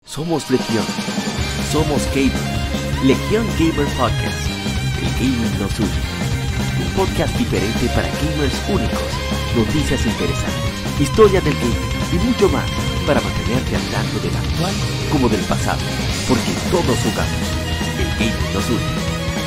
Somos Legión. Somos Gamer. Legión Gamer Podcast. El gaming nos une. Un podcast diferente para gamers únicos. Noticias interesantes. Historia del gaming y mucho más para mantenerte al tanto del actual como del pasado. Porque todos jugamos. El gaming nos une.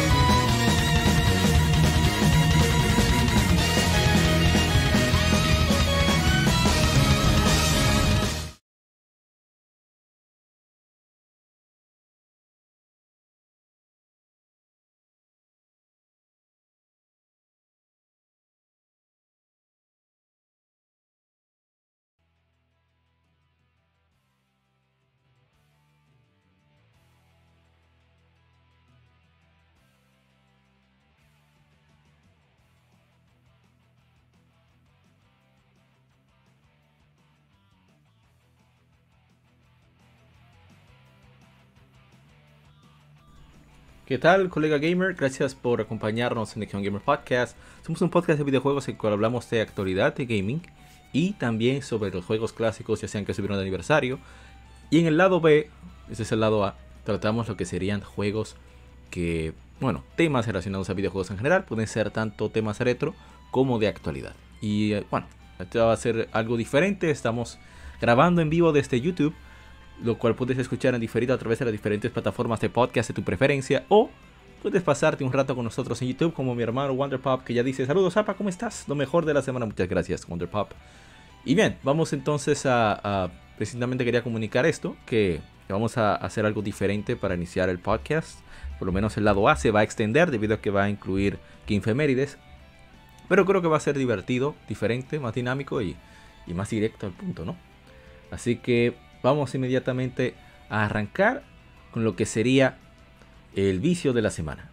¿Qué tal, colega gamer? Gracias por acompañarnos en Legion Gamer Podcast. Somos un podcast de videojuegos en el cual hablamos de actualidad de gaming y también sobre los juegos clásicos, ya sean que subieron de aniversario. Y en el lado B, ese es el lado A, tratamos lo que serían juegos que, bueno, temas relacionados a videojuegos en general. Pueden ser tanto temas retro como de actualidad. Y bueno, esto va a ser algo diferente. Estamos grabando en vivo desde YouTube, lo cual puedes escuchar en diferido a través de las diferentes plataformas de podcast de tu preferencia, o puedes pasarte un rato con nosotros en YouTube, como mi hermano Wonderpop, que ya dice: saludos, Apa, ¿cómo estás? Lo mejor de la semana. Muchas gracias, Wonderpop. Y bien, vamos entonces precisamente quería comunicar esto, que vamos a hacer algo diferente para iniciar el podcast. Por lo menos el lado A se va a extender debido a que va a incluir Gamefemérides, pero creo que va a ser divertido, diferente, más dinámico y más directo al punto, ¿no? Así que vamos inmediatamente a arrancar con lo que sería el vicio de la semana.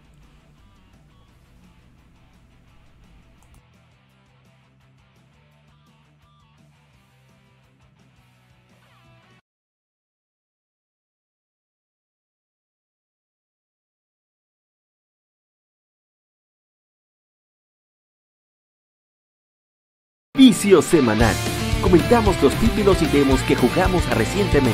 Vicio semanal. Comentamos los títulos y demos que jugamos recientemente.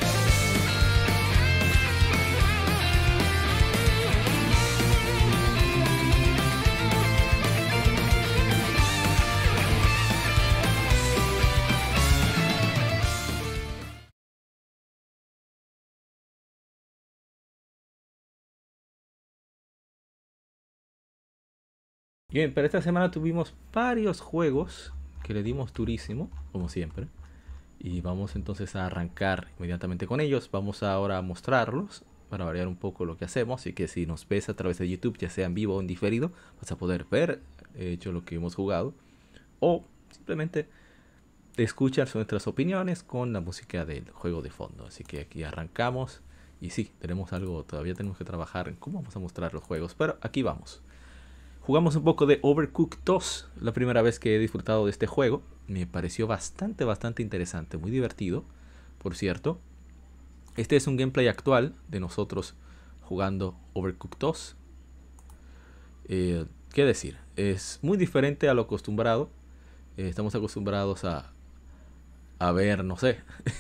Bien, pero esta semana tuvimos varios juegos que le dimos durísimo, como siempre. Y vamos entonces a arrancar inmediatamente con ellos. Vamos ahora a mostrarlos para variar un poco lo que hacemos. Así que si nos ves a través de YouTube, ya sea en vivo o en diferido, vas a poder ver hecho lo que hemos jugado. O simplemente escuchar nuestras opiniones con la música del juego de fondo. Así que aquí arrancamos. Y sí, tenemos algo, todavía tenemos que trabajar en cómo vamos a mostrar los juegos. Pero aquí vamos. Jugamos un poco de Overcooked 2, la primera vez que he disfrutado de este juego. Me pareció bastante interesante, muy divertido, por cierto. Este es un gameplay actual de nosotros jugando Overcooked 2. ¿Qué decir? Es muy diferente a lo acostumbrado. Estamos acostumbrados a ver, no sé,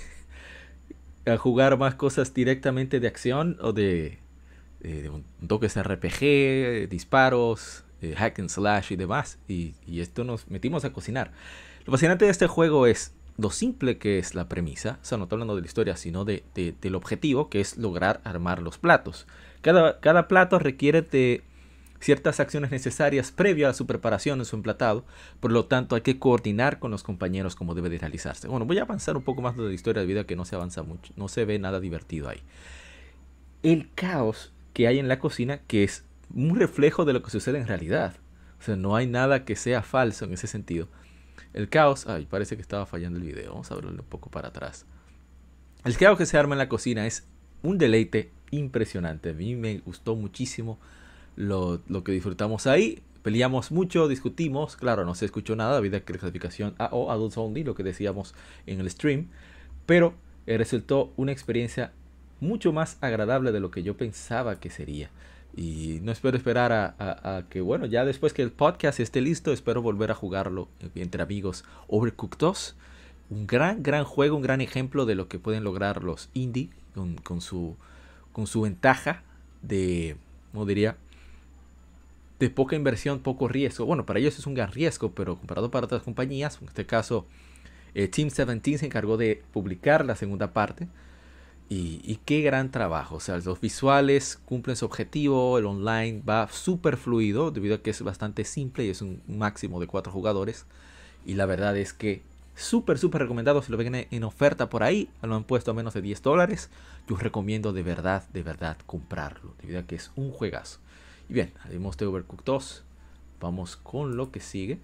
a jugar más cosas directamente de acción o de un toque RPG, disparos, hack and slash y demás, y esto nos metimos a cocinar. Lo fascinante de este juego es lo simple que es la premisa. O sea, no estoy hablando de la historia, sino del objetivo, que es lograr armar los platos. Cada plato requiere de ciertas acciones necesarias previo a su preparación en su emplatado. Por lo tanto, hay que coordinar con los compañeros cómo debe de realizarse. Bueno, voy a avanzar un poco más de la historia debido a que no se avanza mucho, no se ve nada divertido ahí. El caos que hay en la cocina, que es un reflejo de lo que sucede en realidad. O sea, no hay nada que sea falso en ese sentido. El caos... Ay, parece que estaba fallando el video. Vamos a verlo un poco para atrás. El caos que se arma en la cocina es un deleite impresionante. A mí me gustó muchísimo lo que disfrutamos ahí. Peleamos mucho, discutimos. Claro, no se escuchó nada debido a que la clasificación AO, Adults Only, lo que decíamos en el stream. Pero resultó una experiencia mucho más agradable de lo que yo pensaba que sería. Y no espero esperar a que, bueno, ya después que el podcast esté listo, espero volver a jugarlo entre amigos. Overcooked 2, un gran juego, un gran ejemplo de lo que pueden lograr los indie con su ventaja de, ¿cómo diría?, de poca inversión, poco riesgo. Bueno, para ellos es un gran riesgo, pero comparado para otras compañías, en este caso Team 17 se encargó de publicar la segunda parte. Y qué gran trabajo. O sea, los visuales cumplen su objetivo. El online va súper fluido, debido a que es bastante simple y es un máximo de 4 jugadores. Y la verdad es que súper recomendado. Si lo ven en oferta por ahí, lo han puesto a menos de $10. Yo os recomiendo de verdad comprarlo, debido a que es un juegazo. Y bien, vimos de Overcooked 2. Vamos con lo que sigue.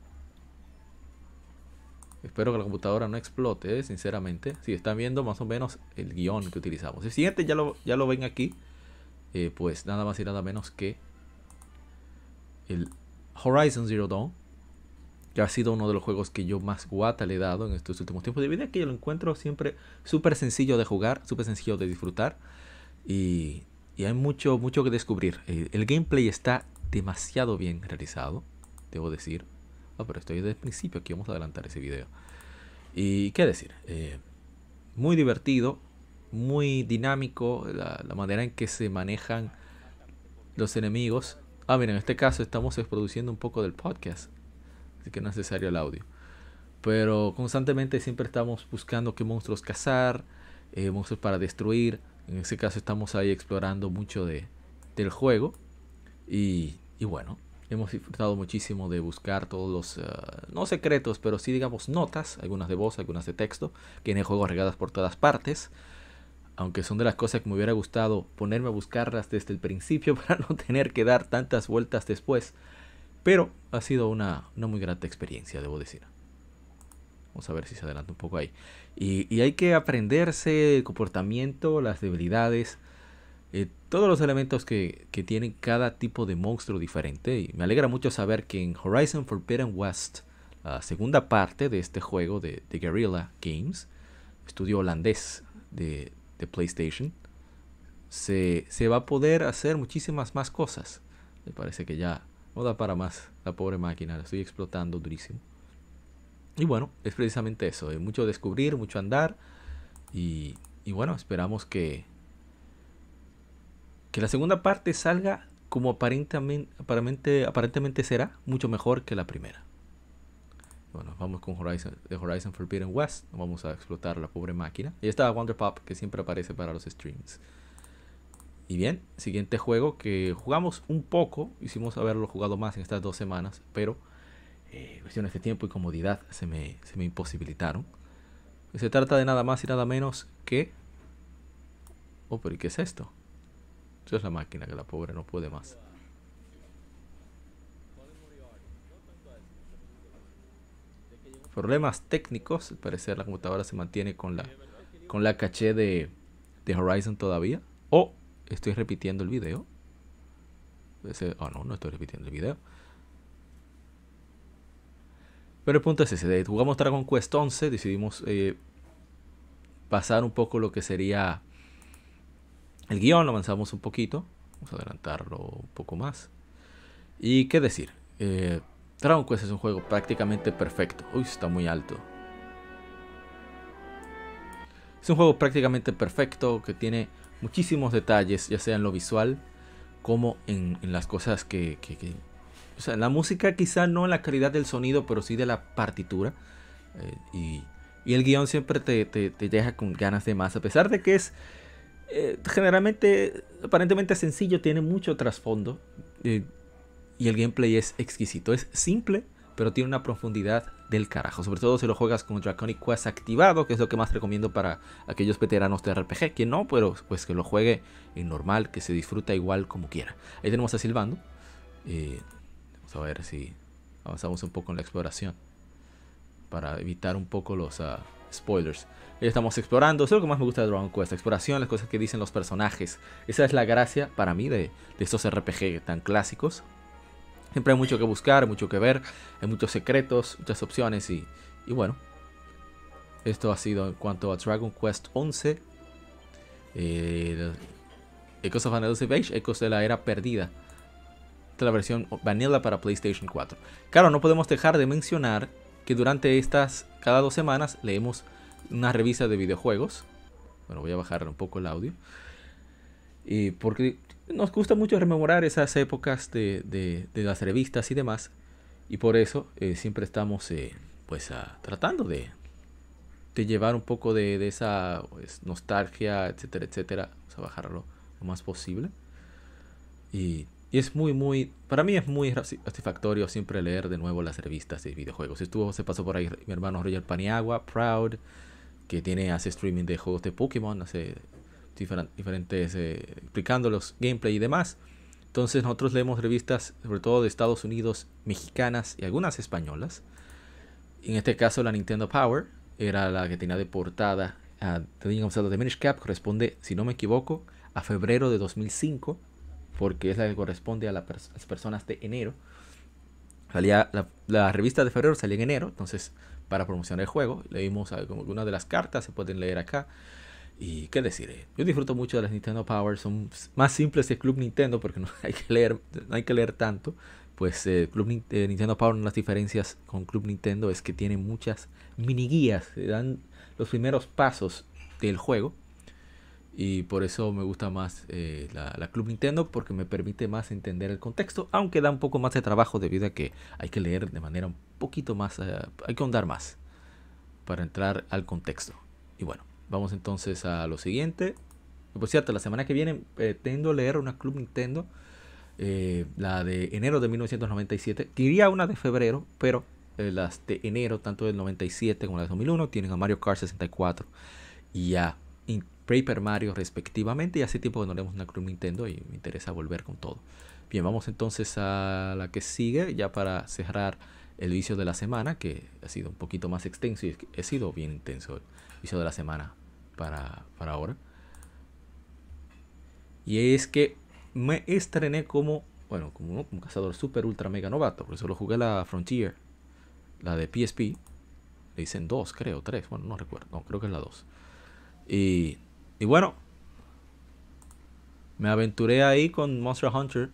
Espero que la computadora no explote, sinceramente. Si están viendo más o menos el guión que utilizamos. El siguiente ya lo ven aquí. Pues nada más y nada menos que el Horizon Zero Dawn, que ha sido uno de los juegos que yo más guata le he dado en estos últimos tiempos. Debido a que yo lo encuentro siempre súper sencillo de jugar, súper sencillo de disfrutar. Y hay mucho que descubrir. El gameplay está demasiado bien realizado, debo decir. Pero estoy desde el principio, aquí vamos a adelantar ese video. Y qué decir, muy divertido, muy dinámico, la manera en que se manejan los enemigos. Mira, en este caso estamos produciendo un poco del podcast, así que no es necesario el audio. Pero constantemente siempre estamos buscando qué monstruos cazar, monstruos para destruir. En ese caso estamos ahí explorando mucho del juego. Y bueno, hemos disfrutado muchísimo de buscar todos los, no secretos, pero sí digamos notas, algunas de voz, algunas de texto, que en el juego regadas por todas partes. Aunque son de las cosas que me hubiera gustado ponerme a buscarlas desde el principio para no tener que dar tantas vueltas después. Pero ha sido una muy grata experiencia, debo decir. Vamos a ver si se adelanta un poco ahí. Y hay que aprenderse el comportamiento, las debilidades, todos los elementos que tienen cada tipo de monstruo diferente. Y me alegra mucho saber que en Horizon Forbidden West, la segunda parte de este juego de Guerrilla Games, estudio holandés de PlayStation, se va a poder hacer muchísimas más cosas. Me parece que ya no da para más la pobre máquina, la estoy explotando durísimo. Y bueno, es precisamente eso, mucho descubrir, mucho andar. Y bueno, esperamos que la segunda parte salga como aparentemente será mucho mejor que la primera. Bueno, vamos con Horizon Forbidden West. Vamos a explotar la pobre máquina. Y está Wonderpop, que siempre aparece para los streams. Y bien, siguiente juego que jugamos un poco. Hicimos haberlo jugado más en estas 2 semanas, pero cuestiones de tiempo y comodidad se me imposibilitaron. Se trata de nada más y nada menos que... pero ¿y qué es esto? Eso es la máquina, que la pobre no puede más. Problemas técnicos. Al parecer la computadora se mantiene con la caché de Horizon todavía. Estoy repitiendo el video. No estoy repitiendo el video. Pero el punto es ese. Jugamos Dragon Quest 11. Decidimos pasar un poco lo que sería el guión. Lo avanzamos un poquito. Vamos a adelantarlo un poco más. Y qué decir. Dragon Quest es un juego prácticamente perfecto. Uy, está muy alto. Es un juego prácticamente perfecto que tiene muchísimos detalles, ya sea en lo visual como en las cosas que o sea, en la música quizá no en la calidad del sonido, pero sí de la partitura. Y el guión siempre te deja con ganas de más, a pesar de que es generalmente, aparentemente sencillo, tiene mucho trasfondo. Y el gameplay es exquisito. Es simple, pero tiene una profundidad del carajo. Sobre todo si lo juegas con Draconic Quest activado, que es lo que más recomiendo para aquellos veteranos de RPG. Quien no, pero pues que lo juegue en normal, que se disfruta igual como quiera. Ahí tenemos a Silvando. Vamos a ver si avanzamos un poco en la exploración, para evitar un poco los spoilers. Ya estamos explorando. Eso es lo que más me gusta de Dragon Quest. La exploración, las cosas que dicen los personajes. Esa es la gracia para mí de estos RPG tan clásicos. Siempre hay mucho que buscar, mucho que ver, hay muchos secretos, muchas opciones y bueno. Esto ha sido en cuanto a Dragon Quest 11. Echoes of an Elusive Age, Ecos de la Era Perdida. Esta es la versión vanilla para PlayStation 4. Claro, no podemos dejar de mencionar que durante estas, cada 2 semanas, leemos una revista de videojuegos. Bueno, voy a bajar un poco el audio. Y porque nos gusta mucho rememorar esas épocas de las revistas y demás. Y por eso siempre estamos pues tratando de llevar un poco de esa pues, nostalgia, etcétera, etcétera. Vamos a bajarlo lo más posible. Y es para mí es muy satisfactorio siempre leer de nuevo las revistas de videojuegos. Se pasó por ahí mi hermano Roger Paniagua, Proud, que hace streaming de juegos de Pokémon, hace diferentes, explicando los gameplay y demás. Entonces nosotros leemos revistas, sobre todo de Estados Unidos, mexicanas y algunas españolas. En este caso la Nintendo Power era la que tenía de portada a The Legend of Zelda: The Minish Cap, corresponde, si no me equivoco, a febrero de 2005, porque es la que corresponde a las personas de enero. La revista de febrero salía en enero, entonces para promocionar el juego leímos algunas de las cartas, se pueden leer acá. Y qué decir, yo disfruto mucho de las Nintendo Power, son más simples que Club Nintendo porque no hay que leer tanto. Pues Nintendo Power, una de las diferencias con Club Nintendo es que tiene muchas mini guías, dan los primeros pasos del juego. Y por eso me gusta más la Club Nintendo, porque me permite más entender el contexto, aunque da un poco más de trabajo debido a que hay que leer de manera un poquito más, hay que ahondar más para entrar al contexto. Y bueno, vamos entonces a lo siguiente. Por cierto, la semana que viene pretendo leer una Club Nintendo, la de enero de 1997. Diría una de febrero, pero las de enero, tanto del 97 como la de 2001, tienen a Mario Kart 64 y a Paper Mario respectivamente. Y hace tiempo que no leemos una Club Nintendo y me interesa volver con todo. Bien, vamos entonces a la que sigue, ya para cerrar el vicio de la semana, que ha sido un poquito más extenso y ha sido bien intenso el vicio de la semana para ahora. Y es que me estrené como un cazador super ultra mega novato. Por eso lo jugué la Frontier, la de PSP. Le dicen 2, creo, 3, bueno, no recuerdo, no, creo que es la 2. Y bueno, me aventuré ahí con Monster Hunter.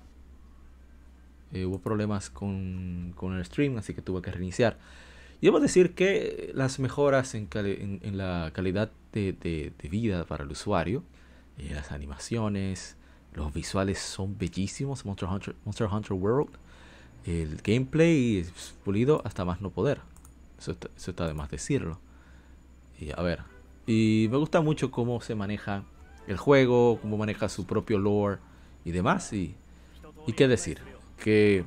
Hubo problemas con el stream, así que tuve que reiniciar. Y debo decir que las mejoras en la calidad de vida para el usuario, las animaciones, los visuales son bellísimos. Monster Hunter World, el gameplay es pulido hasta más no poder. Eso está de más decirlo. Y a ver, y me gusta mucho cómo se maneja el juego, cómo maneja su propio lore y demás. Y qué decir, que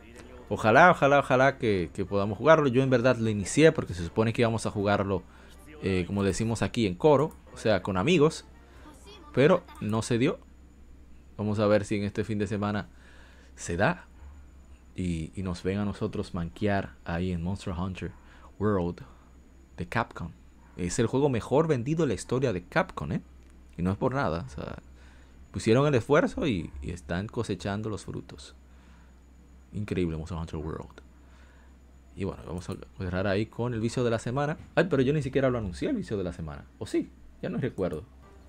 ojalá que podamos jugarlo. Yo en verdad lo inicié porque se supone que íbamos a jugarlo, como decimos aquí, en coro, o sea, con amigos, pero no se dio. Vamos a ver si en este fin de semana se da y nos ven a nosotros manquear ahí en Monster Hunter World de Capcom. Es el juego mejor vendido en la historia de Capcom, ¿eh? Y no es por nada, o sea, pusieron el esfuerzo y están cosechando los frutos. Increíble Monster Hunter World. Y bueno, vamos a cerrar ahí con el vicio de la semana. Ay, pero yo ni siquiera lo anuncié, el vicio de la semana. ¿O sí? Ya no recuerdo.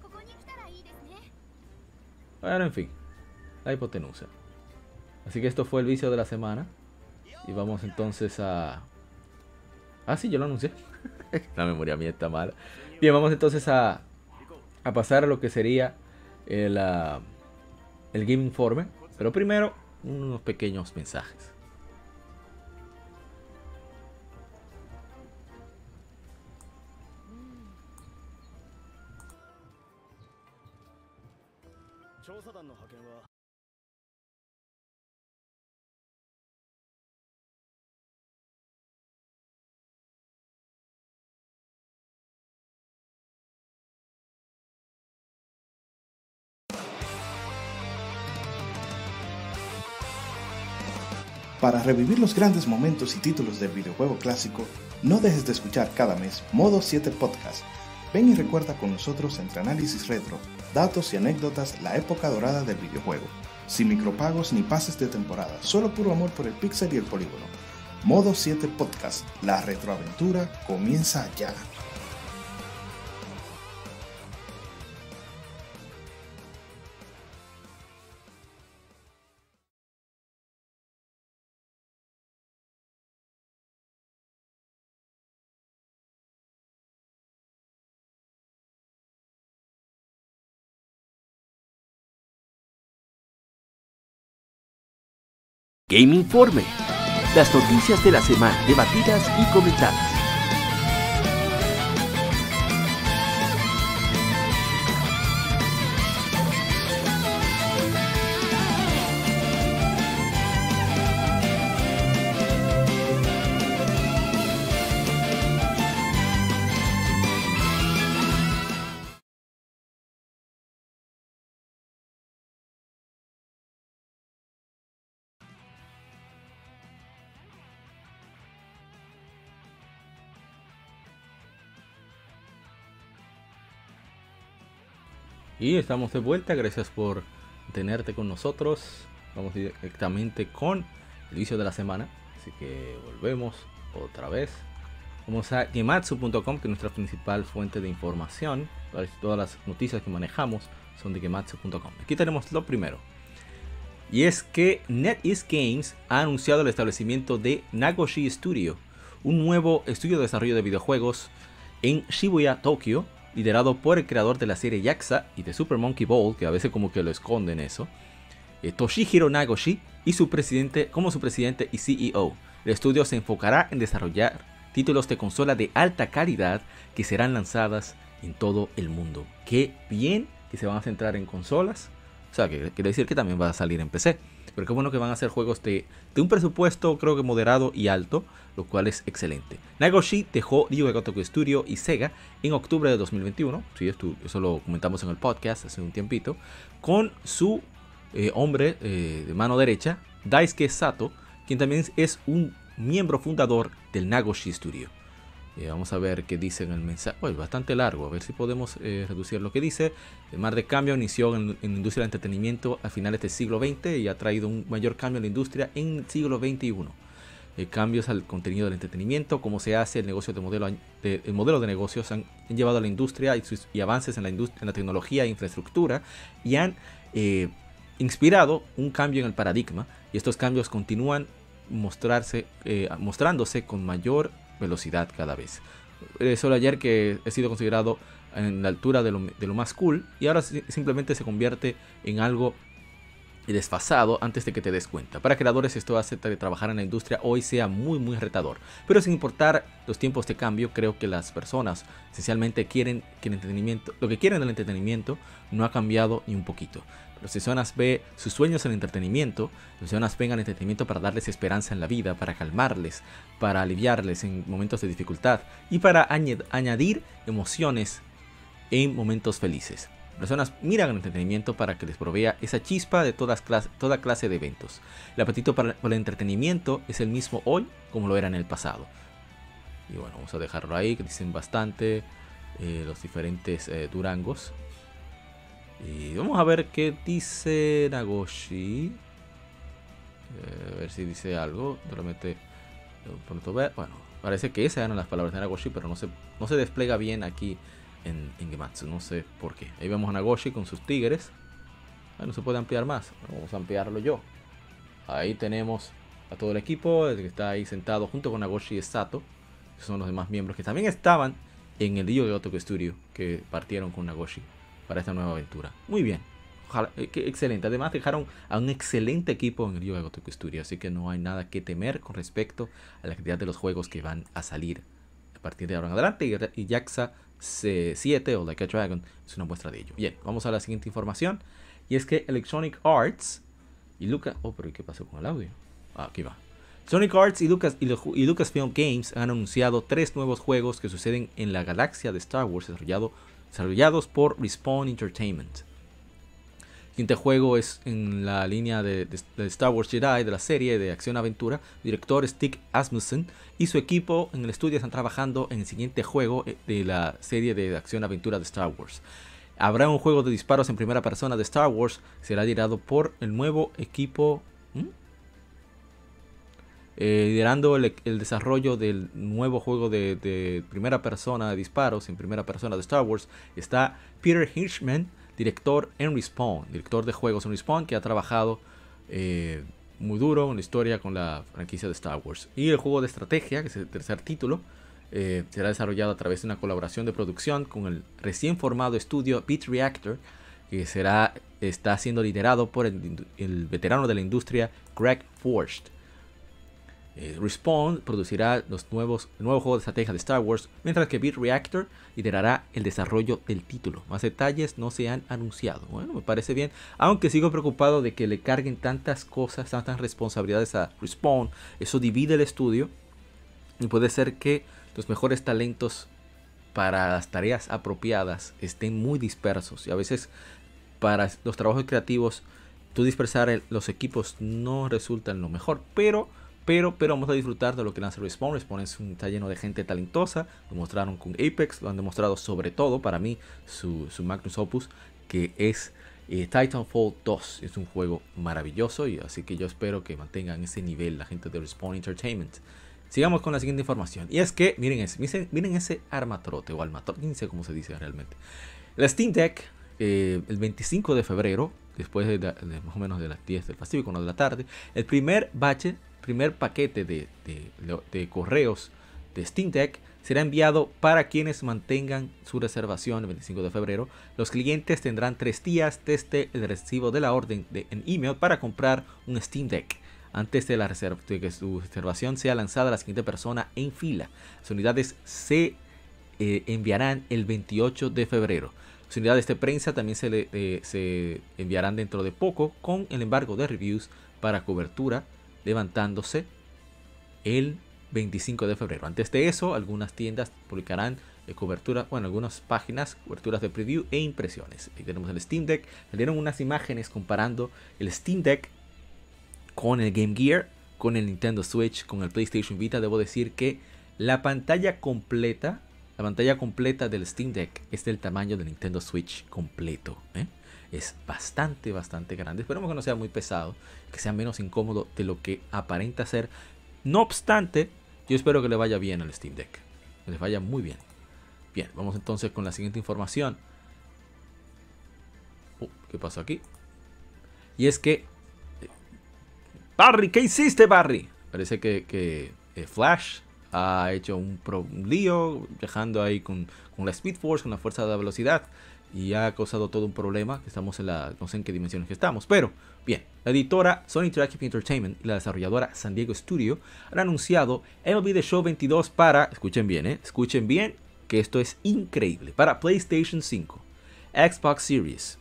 Bueno, en fin, la hipotenusa. Así que esto fue el vicio de la semana. Y vamos entonces a... Ah, sí, yo lo anuncié. La memoria mía está mala. Bien, vamos entonces a pasar a lo que sería el Game Informe. Pero primero, unos pequeños mensajes. Para revivir los grandes momentos y títulos del videojuego clásico, no dejes de escuchar cada mes Modo 7 Podcast. Ven y recuerda con nosotros entre análisis retro, datos y anécdotas la época dorada del videojuego. Sin micropagos ni pases de temporada, solo puro amor por el pixel y el polígono. Modo 7 Podcast, la retroaventura comienza ya. Game Informe. Las noticias de la semana debatidas y comentadas. Y estamos de vuelta, gracias por tenerte con nosotros. Vamos directamente con el vicio de la semana, así que volvemos otra vez. Vamos a gematsu.com, que es nuestra principal fuente de información. Todas las noticias que manejamos son de gematsu.com. Aquí tenemos lo primero, y es que NetEase Games ha anunciado el establecimiento de Nagoshi Studio, un nuevo estudio de desarrollo de videojuegos en Shibuya, Tokio, liderado por el creador de la serie Yakuza y de Super Monkey Ball, que a veces como que lo esconden eso, Toshihiro Nagoshi, y como su presidente y CEO. El estudio se enfocará en desarrollar títulos de consola de alta calidad que serán lanzadas en todo el mundo. Qué bien que se van a centrar en consolas, o sea, que quiere decir que también va a salir en PC. Pero qué bueno que van a hacer juegos de un presupuesto, creo que moderado y alto, lo cual es excelente. Nagoshi dejó Ryuga Gotoku Studio y Sega en octubre de 2021, sí, eso lo comentamos en el podcast hace un tiempito, con su hombre de mano derecha, Daisuke Sato, quien también es un miembro fundador del Nagoshi Studio. Vamos a ver qué dice en el mensaje. Pues bastante largo, a ver si podemos reducir lo que dice. El mar de cambio inició en la industria del entretenimiento a finales del siglo XX y ha traído un mayor cambio en la industria en el siglo XXI. Cambios al contenido del entretenimiento, cómo se hace el negocio el modelo de negocios han llevado a la industria y avances en la tecnología e infraestructura, y han inspirado un cambio en el paradigma, y estos cambios continúan mostrándose con mayor velocidad cada vez. Solo ayer que he sido considerado en la altura de lo más cool, y ahora simplemente se convierte en algo desfasado antes de que te des cuenta. Para creadores esto hace que trabajar en la industria hoy sea muy retador, pero sin importar los tiempos de cambio, creo que las personas esencialmente quieren que el entretenimiento, lo que quieren del entretenimiento no ha cambiado ni un poquito. Las personas ven sus sueños en el entretenimiento, las personas ven al entretenimiento para darles esperanza en la vida, para calmarles, para aliviarles en momentos de dificultad y para añadir emociones en momentos felices. Personas miran el entretenimiento para que les provea esa chispa de toda clase de eventos. El apetito por el entretenimiento es el mismo hoy como lo era en el pasado. Y bueno, vamos a dejarlo ahí, que dicen bastante los diferentes Durangos. Y vamos a ver qué dice Nagoshi. A ver si dice algo. Realmente pronto ver. Bueno, parece que esas eran las palabras de Nagoshi, pero no se despliega bien aquí en Gematsu, no sé por qué. Ahí vemos a Nagoshi con sus tigres. No se puede ampliar más. Vamos a ampliarlo yo. Ahí tenemos a todo el equipo que está ahí sentado junto con Nagoshi y Sato, que son los demás miembros que también estaban en el Ryuga Gotoku Studio, que partieron con Nagoshi para esta nueva aventura. Muy bien. Ojalá, excelente. Además dejaron a un excelente equipo en el Ryuga Gotoku Studio, así que no hay nada que temer con respecto a la calidad de los juegos que van a salir a partir de ahora en adelante, y Yakuza 7 o Like a Dragon es una muestra de ello. Bien, vamos a la siguiente información, y es que Electronic Arts y pero ¿qué pasó con el audio? Aquí va. Electronic Arts y Lucasfilm Games han anunciado 3 nuevos juegos que suceden en la galaxia de Star Wars desarrollados por Respawn Entertainment. El siguiente juego es en la línea de Star Wars Jedi, de la serie de acción-aventura. Director Stig Asmussen y su equipo en el estudio están trabajando en el siguiente juego de la serie de acción-aventura de Star Wars. Habrá un juego de disparos en primera persona de Star Wars, será liderado por el nuevo equipo, liderando el desarrollo del nuevo juego de primera persona de disparos en primera persona de Star Wars. Está Peter Hirschman, director en Respawn, director de juegos en Respawn, que ha trabajado muy duro en la historia con la franquicia de Star Wars. Y el juego de estrategia, que es el tercer título, será desarrollado a través de una colaboración de producción con el recién formado estudio Beat Reactor, que está siendo liderado por el veterano de la industria Greg Forst. Respawn producirá el nuevo juego de estrategia de Star Wars, mientras que Beat Reactor liderará el desarrollo del título. Más detalles no se han anunciado. Bueno, me parece bien, aunque sigo preocupado de que le carguen tantas cosas, tantas responsabilidades a Respawn. Eso divide el estudio y puede ser que los mejores talentos para las tareas apropiadas estén muy dispersos, y a veces para los trabajos creativos tú dispersar los equipos no resulta en lo mejor, pero vamos a disfrutar de lo que lanza Respawn. Respawn está lleno de gente talentosa, lo mostraron con Apex, lo han demostrado sobre todo para mí su magnus opus, que es Titanfall 2. Es un juego maravilloso, y así que yo espero que mantengan ese nivel la gente de Respawn Entertainment. Sigamos con la siguiente información, y es que miren ese armatrote o almatrote, no sé cómo se dice realmente. La Steam Deck, el 25 de febrero, después de más o menos de las 10 del Pacífico, 1 de la tarde, el primer paquete de correos de Steam Deck será enviado para quienes mantengan su reservación el 25 de febrero. Los clientes tendrán 3 días desde el recibo de la orden en email para comprar un Steam Deck antes de que su reservación sea lanzada a la siguiente persona en fila. Las unidades se enviarán el 28 de febrero. Las unidades de prensa también se enviarán dentro de poco, con el embargo de reviews para cobertura levantándose el 25 de febrero. Antes de eso, algunas tiendas publicarán algunas páginas, coberturas de preview e impresiones. Ahí tenemos el Steam Deck. Le dieron unas imágenes comparando el Steam Deck con el Game Gear, con el Nintendo Switch, con el PlayStation Vita. Debo decir que la pantalla completa del Steam Deck es del tamaño del Nintendo Switch completo, Es bastante grande. Esperemos que no sea muy pesado, que sea menos incómodo de lo que aparenta ser. No obstante, yo espero que le vaya bien al Steam Deck, que les vaya muy bien. Bien, vamos entonces con la siguiente información. ¿Qué pasó aquí? Y es que Barry, ¿qué hiciste, Barry? Parece que Flash ha hecho un lío viajando ahí con la Speed Force, con la fuerza de la velocidad, y ha causado todo un problema. Estamos no sé en qué dimensiones que estamos, pero bien. La editora Sony Interactive Entertainment y la desarrolladora San Diego Studio han anunciado MLB The Show 22 para, escuchen bien, que esto es increíble, para PlayStation 5, Xbox Series,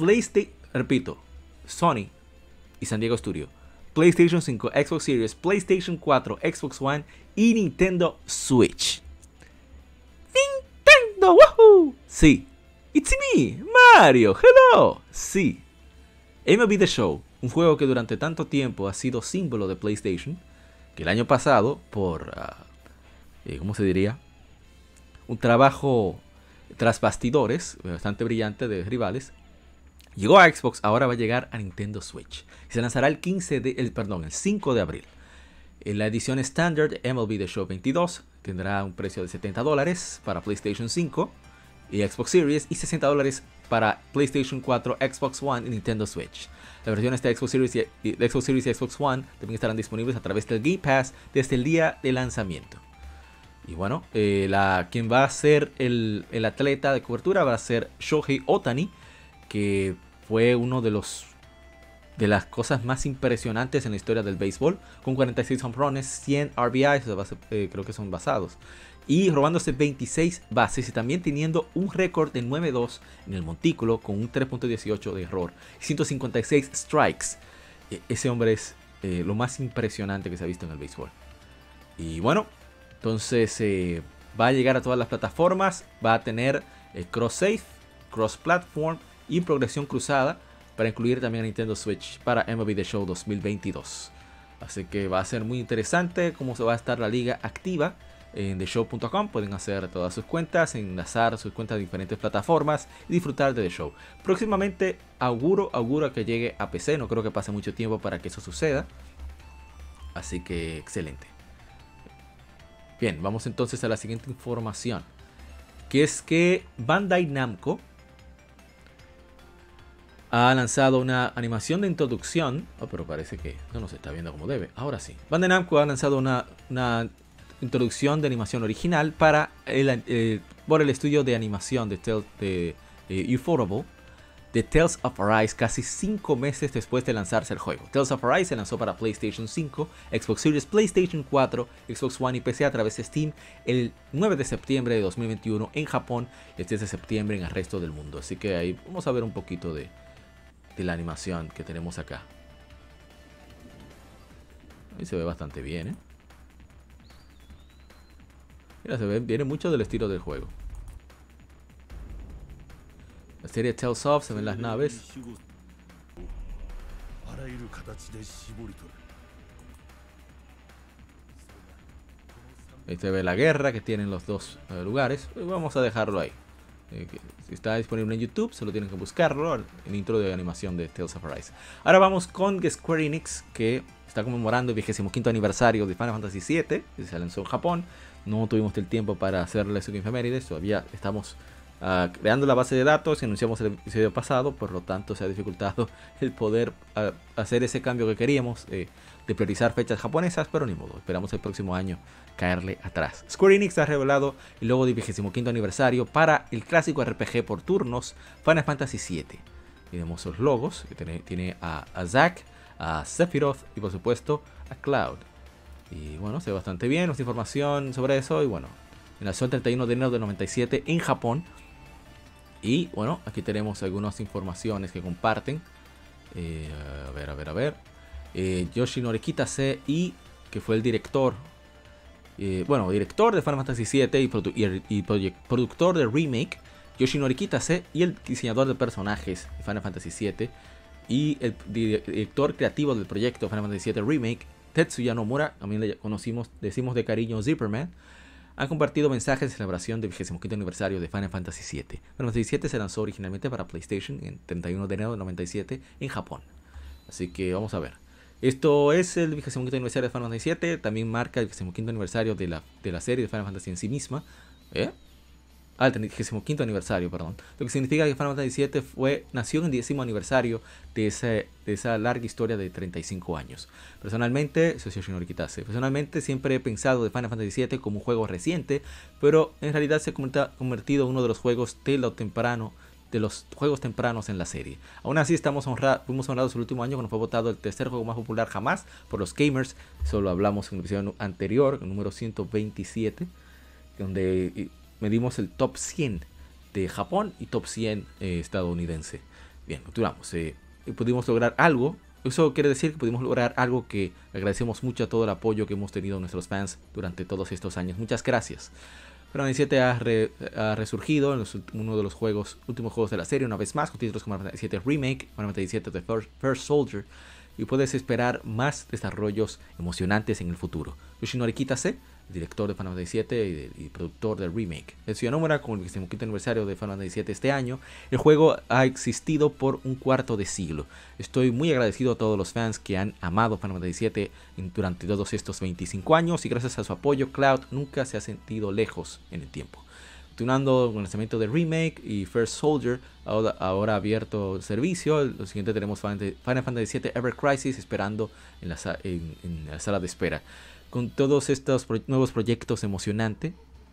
Sony y San Diego Studio, PlayStation 5, Xbox Series, PlayStation 4, Xbox One y Nintendo Switch. ¡Nintendo! ¡Woohoo! Sí. It's me, Mario. Hello. Sí. MLB The Show, un juego que durante tanto tiempo ha sido símbolo de PlayStation, que el año pasado, por, ¿cómo se diría? Un trabajo tras bastidores bastante brillante de rivales, llegó a Xbox. Ahora va a llegar a Nintendo Switch. Se lanzará el 5 de abril. En la edición estándar de MLB The Show 22 tendrá un precio de $70 para PlayStation 5 y Xbox Series, y $60 para PlayStation 4, Xbox One y Nintendo Switch. Las versiones de Xbox Series y Xbox One también estarán disponibles a través del Game Pass desde el día de lanzamiento. Y bueno, quien va a ser el atleta de cobertura va a ser Shohei Ohtani, que fue uno de las cosas más impresionantes en la historia del béisbol, con 46 home runs, 100 RBIs, creo que son basados, y robándose 26 bases, y también teniendo un récord de 9-2 en el montículo con un 3.18 de error, 156 strikes. Ese hombre es lo más impresionante que se ha visto en el béisbol. Y bueno, entonces va a llegar a todas las plataformas, va a tener cross-save, cross-platform y progresión cruzada, para incluir también a Nintendo Switch para MLB The Show 2022. Así que va a ser muy interesante cómo se va a estar la liga activa en theshow.com. Pueden hacer todas sus cuentas, enlazar sus cuentas de diferentes plataformas y disfrutar de The Show. Próximamente auguro que llegue a PC. No creo que pase mucho tiempo para que eso suceda. Así que excelente. Bien, vamos entonces a la siguiente información, que es que Bandai Namco ha lanzado una animación de introducción. Pero parece que no se está viendo como debe. Ahora sí. Bandai Namco ha lanzado una introducción de animación original por el estudio de animación de Ufotable de Tales of Arise casi 5 meses después de lanzarse el juego. Tales of Arise se lanzó para PlayStation 5, Xbox Series, PlayStation 4, Xbox One y PC a través de Steam el 9 de septiembre de 2021 en Japón y el 10 de septiembre en el resto del mundo. Así que ahí vamos a ver un poquito de la animación que tenemos acá. Ahí se ve bastante bien, ¿eh? Mira, viene mucho del estilo del juego. La serie Tales of, se ven las naves. Ahí se ve la guerra que tienen los dos lugares. Pues vamos a dejarlo ahí. Si está disponible en YouTube, solo tienen que buscarlo. El intro de animación de Tales of Arise. Ahora vamos con Square Enix, que está conmemorando el 25º aniversario de Final Fantasy VII, que se lanzó en Japón. No tuvimos el tiempo para hacerle su efemérides. Todavía estamos creando la base de datos y anunciamos el episodio pasado, por lo tanto se ha dificultado el poder hacer ese cambio que queríamos de priorizar fechas japonesas, pero ni modo, esperamos el próximo año caerle atrás. Square Enix ha revelado el logo del 25º aniversario para el clásico RPG por turnos Final Fantasy VII. Tenemos los logos, que tiene a Zack, a Sephiroth y por supuesto a Cloud. Y bueno, se ve bastante bien, nuestra información sobre eso. Y bueno, nació el 31 de enero del 97 en Japón. Y bueno, aquí tenemos algunas informaciones que comparten. A ver. Yoshinori Kitase, que fue el director. Director de Final Fantasy VII y productor del remake. Yoshinori Kitase y el diseñador de personajes de Final Fantasy VII. Y el director creativo del proyecto Final Fantasy VII Remake, Tetsuya Nomura, también le decimos de cariño Zipperman, han compartido mensajes de celebración del 25º aniversario de Final Fantasy VII. Final Fantasy VII se lanzó originalmente para PlayStation en 31 de enero de 97 en Japón. Así que vamos a ver. Esto es el 25º aniversario de Final Fantasy VII. También marca el 25º aniversario de la serie de Final Fantasy en sí misma. El 25º aniversario, perdón. Lo que significa que Final Fantasy VII nació en el 10º aniversario de esa larga historia de 35 años. Personalmente, siempre he pensado de Final Fantasy VII como un juego reciente, pero en realidad se ha convertido en uno de los juegos de los juegos tempranos en la serie. Aún así fuimos honrados el último año cuando fue votado el tercer juego más popular jamás por los gamers. Eso lo hablamos en el episodio anterior, el número 127, donde medimos el top 100 de Japón y top 100 estadounidense. Bien, continuamos. Pudimos lograr algo. Eso quiere decir que pudimos lograr algo que agradecemos mucho a todo el apoyo que hemos tenido nuestros fans durante todos estos años. Muchas gracias. Final Fantasy VII ha resurgido en uno de los últimos juegos de la serie, una vez más, con títulos como Final Fantasy VII Remake, Final Fantasy VII The First Soldier, y puedes esperar más desarrollos emocionantes en el futuro. Yoshinori Kitase, director de Final Fantasy VII y productor del remake. Tetsuya Nomura, con el 25º aniversario de Final Fantasy VII este año, el juego ha existido por un cuarto de siglo. Estoy muy agradecido a todos los fans que han amado Final Fantasy VII durante todos estos 25 años y gracias a su apoyo, Cloud nunca se ha sentido lejos en el tiempo. Continuando con el lanzamiento de Remake y First Soldier, ahora ha abierto el servicio. Lo siguiente tenemos Final Fantasy VII Ever Crisis esperando en la sala de espera. Con todos estos nuevos proyectos emocionantes,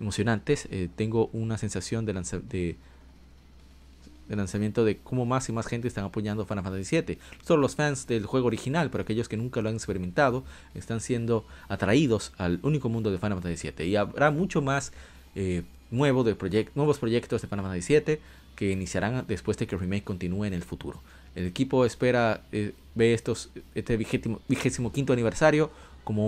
tengo una sensación de lanzamiento de cómo más y más gente están apoyando Final Fantasy VII. No solo los fans del juego original, pero aquellos que nunca lo han experimentado, están siendo atraídos al único mundo de Final Fantasy VII. Y habrá mucho más nuevos proyectos de Final Fantasy VII que iniciarán después de que el remake continúe en el futuro. El equipo espera ve este 25º aniversario como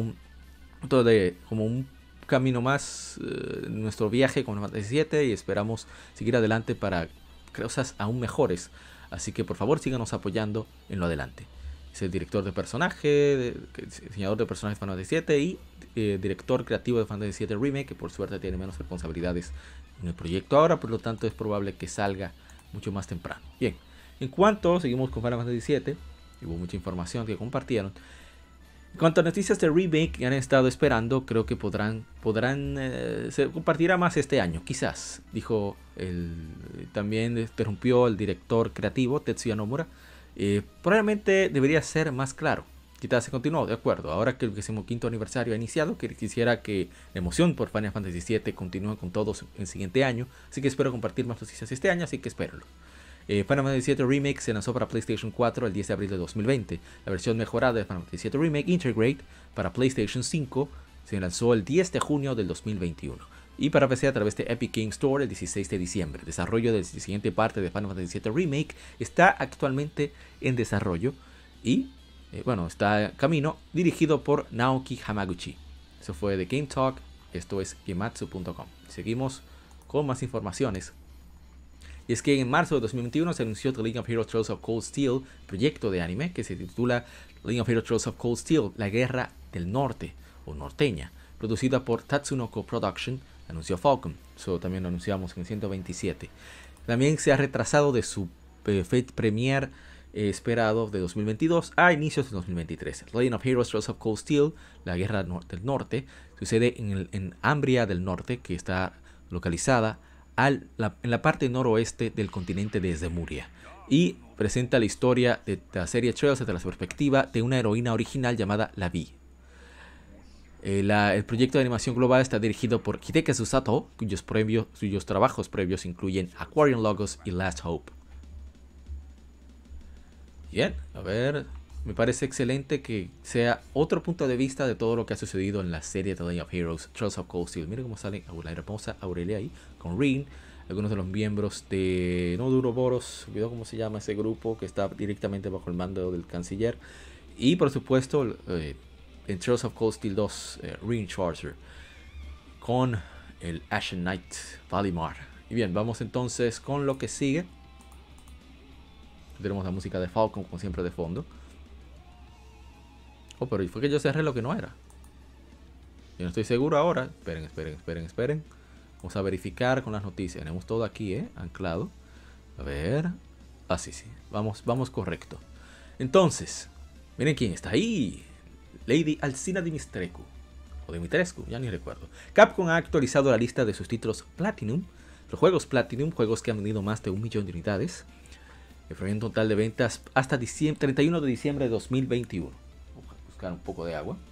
un camino más en nuestro viaje con Final Fantasy VII y esperamos seguir adelante para cosas aún mejores. Así que por favor síganos apoyando en lo adelante. Es el director de personaje, diseñador de personajes de Final Fantasy VII y director creativo de Final Fantasy VII Remake, que por suerte tiene menos responsabilidades en el proyecto ahora, por lo tanto es probable que salga mucho más temprano. Bien, seguimos con Final Fantasy VII, hubo mucha información que compartieron. En cuanto a noticias de remake que han estado esperando, creo que se compartirá más este año, quizás, dijo también interrumpió el director creativo Tetsuya Nomura. Probablemente debería ser más claro. Quizás se continuó, de acuerdo. Ahora que el 25º aniversario ha iniciado, quisiera que la emoción por Final Fantasy VII continúe con todos el siguiente año. Así que espero compartir más noticias este año, así que espérenlo. Final Fantasy VII Remake se lanzó para PlayStation 4 el 10 de abril de 2020. La versión mejorada de Final Fantasy VII Remake Integrate para PlayStation 5 se lanzó el 10 de junio del 2021. Y para PC a través de Epic Games Store el 16 de diciembre. El desarrollo de la siguiente parte de Final Fantasy VII Remake está actualmente en desarrollo y está en camino, dirigido por Naoki Hamaguchi. Eso fue de Game Talk, esto es Gematsu.com. Seguimos con más informaciones. Y es que en marzo de 2021 se anunció The League of Heroes Trails of Cold Steel, proyecto de anime que se titula League of Heroes Trails of Cold Steel, la guerra del norte o norteña, producida por Tatsunoko Production, anunció Falcon. Eso también lo anunciamos en 127. También se ha retrasado de su fecha premier esperado de 2022 a inicios de 2023. Legend of Heroes Trails of Cold Steel, la guerra del norte, sucede en Ambria del Norte, que está localizada en la parte noroeste del continente de Zemuria, y presenta la historia de la serie Trails desde la perspectiva de una heroína original llamada La Vi. El proyecto de animación global está dirigido por Hideki Sato, cuyos trabajos previos incluyen Aquarium Logos y Last Hope. Bien, a ver, me parece excelente que sea otro punto de vista de todo lo que ha sucedido en la serie The Legend of Heroes Trails of Cold Steel. Miren cómo sale la hermosa Aurelia ahí, con Rin, algunos de los miembros de No Duroboros, olvidó cómo se llama ese grupo que está directamente bajo el mando del canciller. Y por supuesto, en Trails of Cold Steel 2, Rin Charger, con el Ashen Knight Valimar. Y bien, vamos entonces con lo que sigue. Tenemos la música de Falcon como siempre de fondo. Oh, pero fue que yo cerré lo que no era. Yo no estoy seguro ahora. Esperen. Vamos a verificar con las noticias. Tenemos todo aquí, anclado. A ver. Ah, sí. Vamos correcto. Entonces, miren quién está ahí. Lady Alcina Dimitrescu. O Dimitrescu, ya ni recuerdo. Capcom ha actualizado la lista de sus títulos Platinum. Los juegos Platinum, juegos que han vendido más de 1 millón de unidades. Un total de ventas hasta 31 de diciembre de 2021. Vamos a buscar un poco de agua.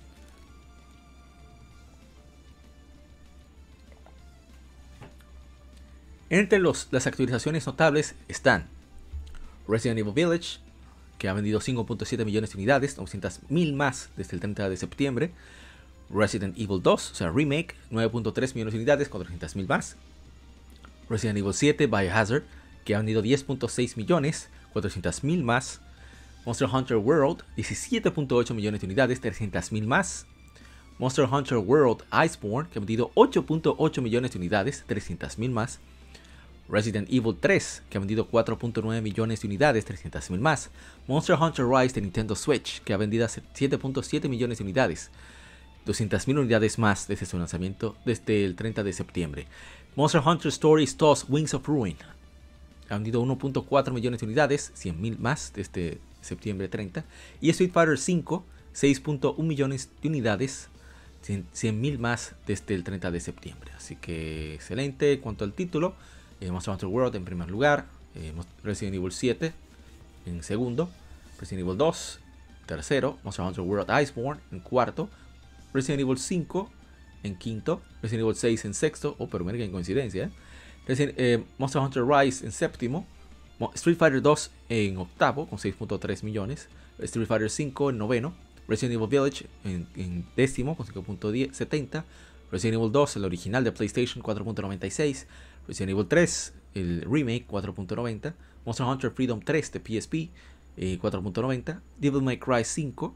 Entre las actualizaciones notables están Resident Evil Village, que ha vendido 5.7 millones de unidades, 900.000 más desde el 30 de septiembre. Resident Evil 2, o sea Remake, 9.3 millones de unidades, 400.000 más. Resident Evil 7 Biohazard, que ha vendido 10.6 millones, 400.000 más. Monster Hunter World, 17.8 millones de unidades, 300.000 más. Monster Hunter World Iceborne, que ha vendido 8.8 millones de unidades, 300.000 más. Resident Evil 3, que ha vendido 4.9 millones de unidades, 300.000 más. Monster Hunter Rise de Nintendo Switch, que ha vendido 7.7 millones de unidades, 200.000 unidades más desde su lanzamiento desde el 30 de septiembre. Monster Hunter Stories 2 Wings of Ruin, ha vendido 1.4 millones de unidades, 100.000 más desde septiembre 30. Y Street Fighter V, 6.1 millones de unidades, 100.000 más desde el 30 de septiembre. Así que excelente en cuanto al título. Monster Hunter World en primer lugar, Resident Evil 7 en segundo, Resident Evil 2 tercero, Monster Hunter World Iceborne en cuarto, Resident Evil 5 en quinto, Resident Evil 6 en sexto. Oh, pero miren qué coincidencia, Monster Hunter Rise en séptimo, Street Fighter 2 en octavo con 6.3 millones, Street Fighter 5 en noveno, Resident Evil Village en décimo con 5.70, Resident Evil 2 el original de PlayStation 4.96, Resident Evil 3 el remake 4.90, Monster Hunter Freedom 3 de PSP 4.90, Devil May Cry 5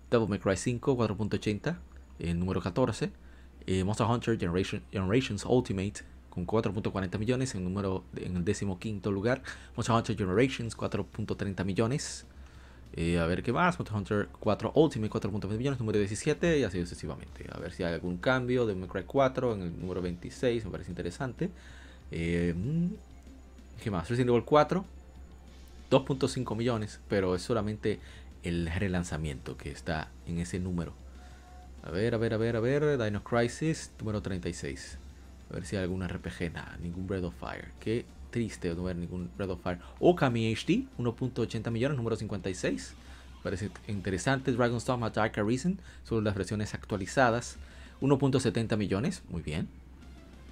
4.80 el número 14, Monster Hunter Generations Ultimate con 4.40 millones en el 15º lugar. Monster Hunter Generations 4.30 millones. A ver qué más. Monster Hunter 4 Ultimate 4.20 millones, número 17, y así sucesivamente. A ver si hay algún cambio de Devil May Cry 4 en el número 26, me parece interesante. ¿Qué más? Resident Evil 4 2.5 millones, pero es solamente el relanzamiento que está en ese número. A ver. Dino Crisis número 36. A ver si hay alguna RPG. Nada, ningún Breath of Fire. Qué triste no ver ningún Breath of Fire. Okami HD, 1.80 millones, número 56. Parece interesante. Dragon's Dogma Dark Arisen, sobre las versiones actualizadas, 1.70 millones. Muy bien.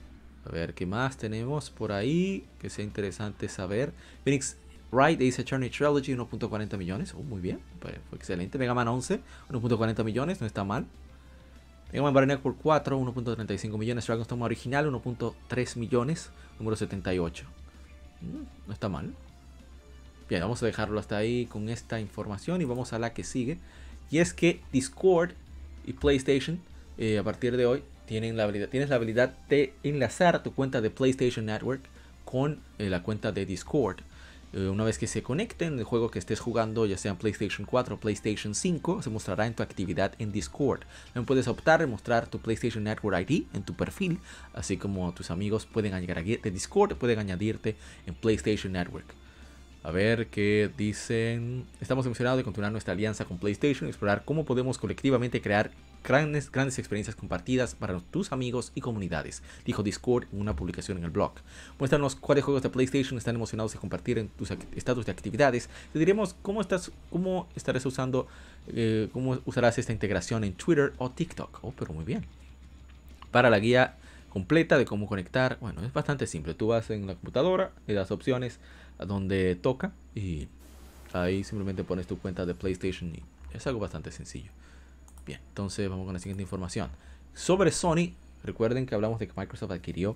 A ver, ¿qué más tenemos por ahí que sea interesante saber? Phoenix Wright Ace Attorney Trilogy, 1.40 millones. Muy bien, fue excelente. Mega Man 11, 1.40 millones, no está mal. Mega Man Battle Network 4, 1.35 millones. Dragon's Dogma original, 1.3 millones, número 78. No está mal. Bien, vamos a dejarlo hasta ahí con esta información y vamos a la que sigue. Y es que Discord y PlayStation, a partir de hoy, tienes la habilidad de enlazar tu cuenta de PlayStation Network con la cuenta de Discord. Una vez que se conecten, el juego que estés jugando, ya sea en PlayStation 4 o PlayStation 5, se mostrará en tu actividad en Discord. También puedes optar en mostrar tu PlayStation Network ID en tu perfil, así como tus amigos pueden añadirte de Discord, pueden añadirte en PlayStation Network. A ver qué dicen. Estamos emocionados de continuar nuestra alianza con PlayStation y explorar cómo podemos colectivamente crear grandes experiencias compartidas para tus amigos y comunidades, dijo Discord en una publicación en el blog. Muéstranos cuáles juegos de PlayStation están emocionados de compartir en tus estatus de actividades. Te diremos cómo estarás usando, cómo usarás esta integración en Twitter o TikTok. Pero muy bien. Para la guía completa de cómo conectar, bueno, es bastante simple. Tú vas en la computadora, le das opciones a donde toca y ahí simplemente pones tu cuenta de PlayStation y es algo bastante sencillo. Bien, entonces vamos con la siguiente información. Sobre Sony, recuerden que hablamos de que Microsoft adquirió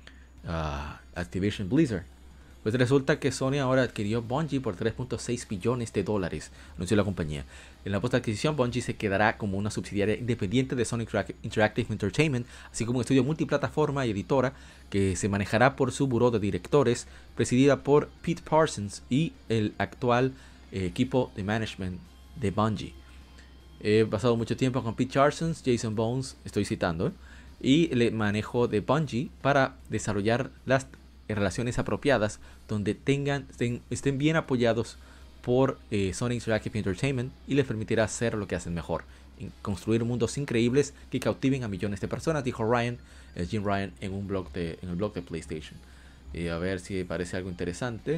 Activision Blizzard. Pues resulta que Sony ahora adquirió Bungie por 3.6 billones de dólares, anunció la compañía. En la post-adquisición, Bungie se quedará como una subsidiaria independiente de Sony Interactive Entertainment, así como un estudio multiplataforma y editora que se manejará por su buró de directores, presidida por Pete Parsons y el actual equipo de management de Bungie. He pasado mucho tiempo con Pete Parsons, Jason Bones, estoy citando, y el manejo de Bungie para desarrollar las relaciones apropiadas donde estén bien apoyados por Sony Interactive Entertainment y les permitirá hacer lo que hacen mejor, construir mundos increíbles que cautiven a millones de personas, dijo Jim Ryan en el blog de PlayStation. A ver si parece algo interesante.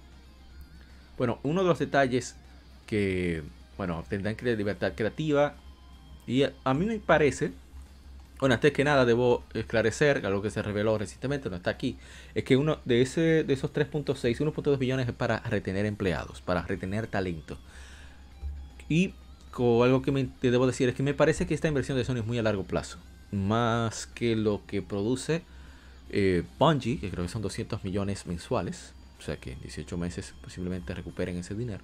Bueno, uno de los detalles que tendrán libertad creativa y a mí me parece, antes que nada debo esclarecer algo que se reveló recientemente, no está aquí, es que uno de esos 3.6, 1.2 billones es para retener empleados, para retener talento. Y algo que te debo decir es que me parece que esta inversión de Sony es muy a largo plazo, más que lo que produce Bungie, que creo que son 200 millones mensuales, o sea que en 18 meses posiblemente recuperen ese dinero.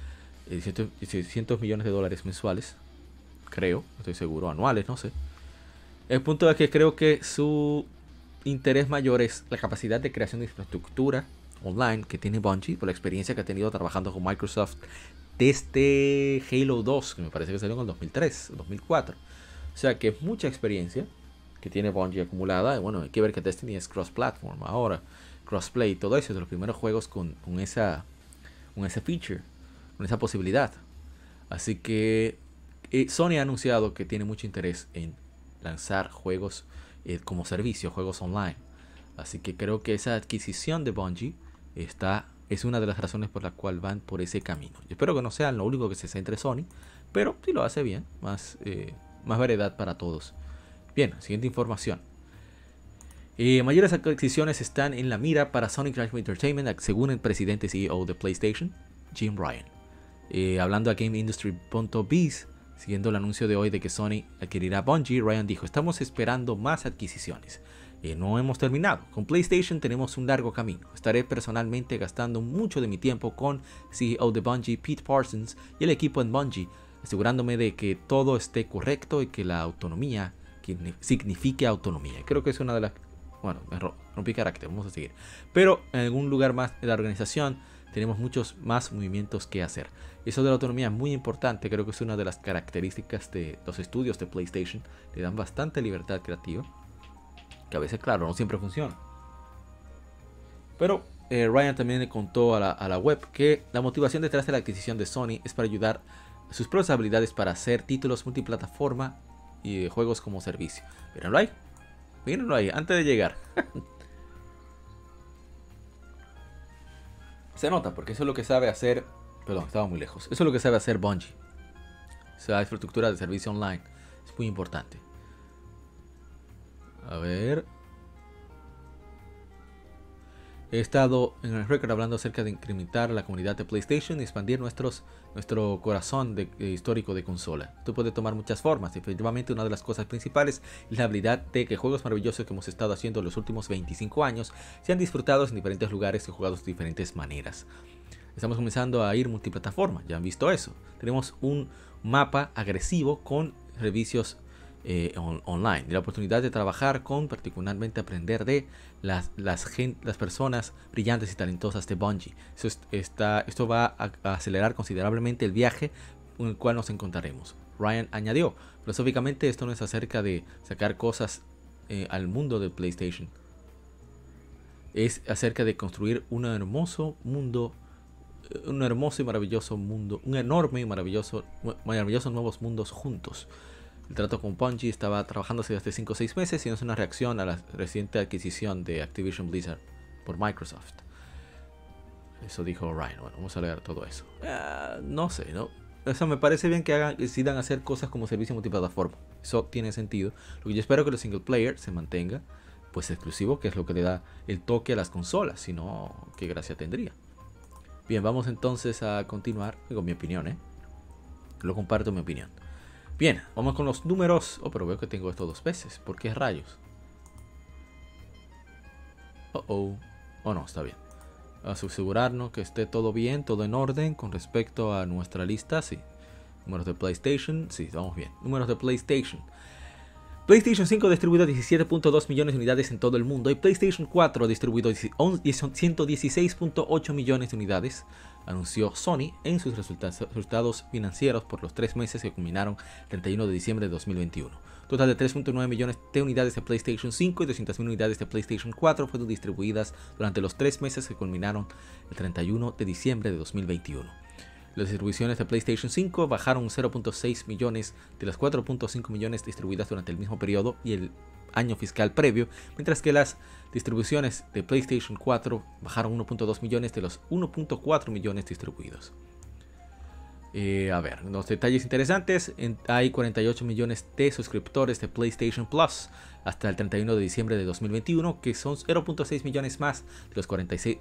600 millones de dólares mensuales, creo, estoy seguro, anuales, no sé. El punto es que creo que su interés mayor es la capacidad de creación de infraestructura online que tiene Bungie por la experiencia que ha tenido trabajando con Microsoft desde Halo 2, que me parece que salió en el 2003, 2004. O sea que es mucha experiencia que tiene Bungie acumulada. Y bueno, hay que ver que Destiny es cross-platform ahora, crossplay, todo eso es de los primeros juegos con esa feature, con esa posibilidad. Así que Sony ha anunciado que tiene mucho interés en lanzar juegos como servicio, juegos online. Así que creo que esa adquisición de Bungie es una de las razones por la cual van por ese camino. Yo espero que no sea lo único que se centre Sony, pero si lo hace bien, más variedad para todos. Bien, siguiente información. Mayores adquisiciones están en la mira para Sony Interactive Entertainment, según el presidente CEO de PlayStation, Jim Ryan. Hablando a GameIndustry.biz, siguiendo el anuncio de hoy de que Sony adquirirá Bungie, Ryan dijo: estamos esperando más adquisiciones. No hemos terminado. Con PlayStation tenemos un largo camino. Estaré personalmente gastando mucho de mi tiempo con CEO de Bungie, Pete Parsons, y el equipo en Bungie, asegurándome de que todo esté correcto y que la autonomía signifique autonomía. Creo que es una de las... Bueno, me rompí carácter, vamos a seguir. Pero en algún lugar más de la organización tenemos muchos más movimientos que hacer. Eso de la autonomía es muy importante. Creo que es una de las características de los estudios de PlayStation. Le dan bastante libertad creativa, que a veces, claro, no siempre funciona. Pero Ryan también le contó a la web que la motivación detrás de la adquisición de Sony es para ayudar a sus propias habilidades para hacer títulos multiplataforma y juegos como servicio. Mírenlo ahí, antes de llegar. Se nota, porque eso es lo que sabe hacer. Perdón, estaba muy lejos. Eso es lo que sabe hacer Bungie. O sea, la infraestructura de servicio online es muy importante. A ver. he estado en el record hablando acerca de incrementar la comunidad de PlayStation y expandir nuestro corazón histórico de consola. Esto puede tomar muchas formas. Efectivamente, una de las cosas principales es la habilidad de que juegos maravillosos que hemos estado haciendo en los últimos 25 años sean disfrutados en diferentes lugares y jugados de diferentes maneras. Estamos comenzando a ir multiplataforma, ya han visto eso. Tenemos un mapa agresivo con servicios online y la oportunidad de trabajar con, particularmente aprender de las personas brillantes y talentosas de Bungie. Esto va a acelerar considerablemente el viaje en el cual nos encontraremos. Ryan añadió: filosóficamente esto no es acerca de sacar cosas al mundo de PlayStation, es acerca de construir un hermoso mundo, un hermoso y maravilloso mundo, un enorme y maravillosos nuevos mundos juntos. El trato con Bungie estaba trabajándose desde 5 o 6 meses y no es una reacción a la reciente adquisición de Activision Blizzard por Microsoft. Eso dijo Ryan. Bueno, vamos a leer todo eso. No sé, ¿no? Eso me parece bien que decidan hacer cosas como servicio multiplataforma. Eso tiene sentido. Lo que yo espero que los single player se mantenga pues exclusivo, que es lo que le da el toque a las consolas. Si no, qué gracia tendría. Bien, vamos entonces a continuar con mi opinión, Lo comparto mi opinión. Bien, vamos con los números. Oh, pero veo que tengo esto 2 veces. ¿Por qué rayos? Oh, no, está bien. Vamos a asegurarnos que esté todo bien, todo en orden con respecto a nuestra lista. Sí. Números de PlayStation. Sí, vamos bien. Números de PlayStation. PlayStation 5 distribuido 17.2 millones de unidades en todo el mundo y PlayStation 4 distribuido 116.8 millones de unidades, anunció Sony en sus resultados financieros por los 3 meses que culminaron el 31 de diciembre de 2021. Total de 3.9 millones de unidades de PlayStation 5 y 200.000 unidades de PlayStation 4 fueron distribuidas durante los 3 meses que culminaron el 31 de diciembre de 2021. Las distribuciones de PlayStation 5 bajaron 0.6 millones de las 4.5 millones distribuidas durante el mismo periodo y el año fiscal previo, mientras que las distribuciones de PlayStation 4 bajaron 1.2 millones de los 1.4 millones distribuidos. A ver, los detalles interesantes: hay 48 millones de suscriptores de PlayStation Plus hasta el 31 de diciembre de 2021, que son 0.6 millones más de los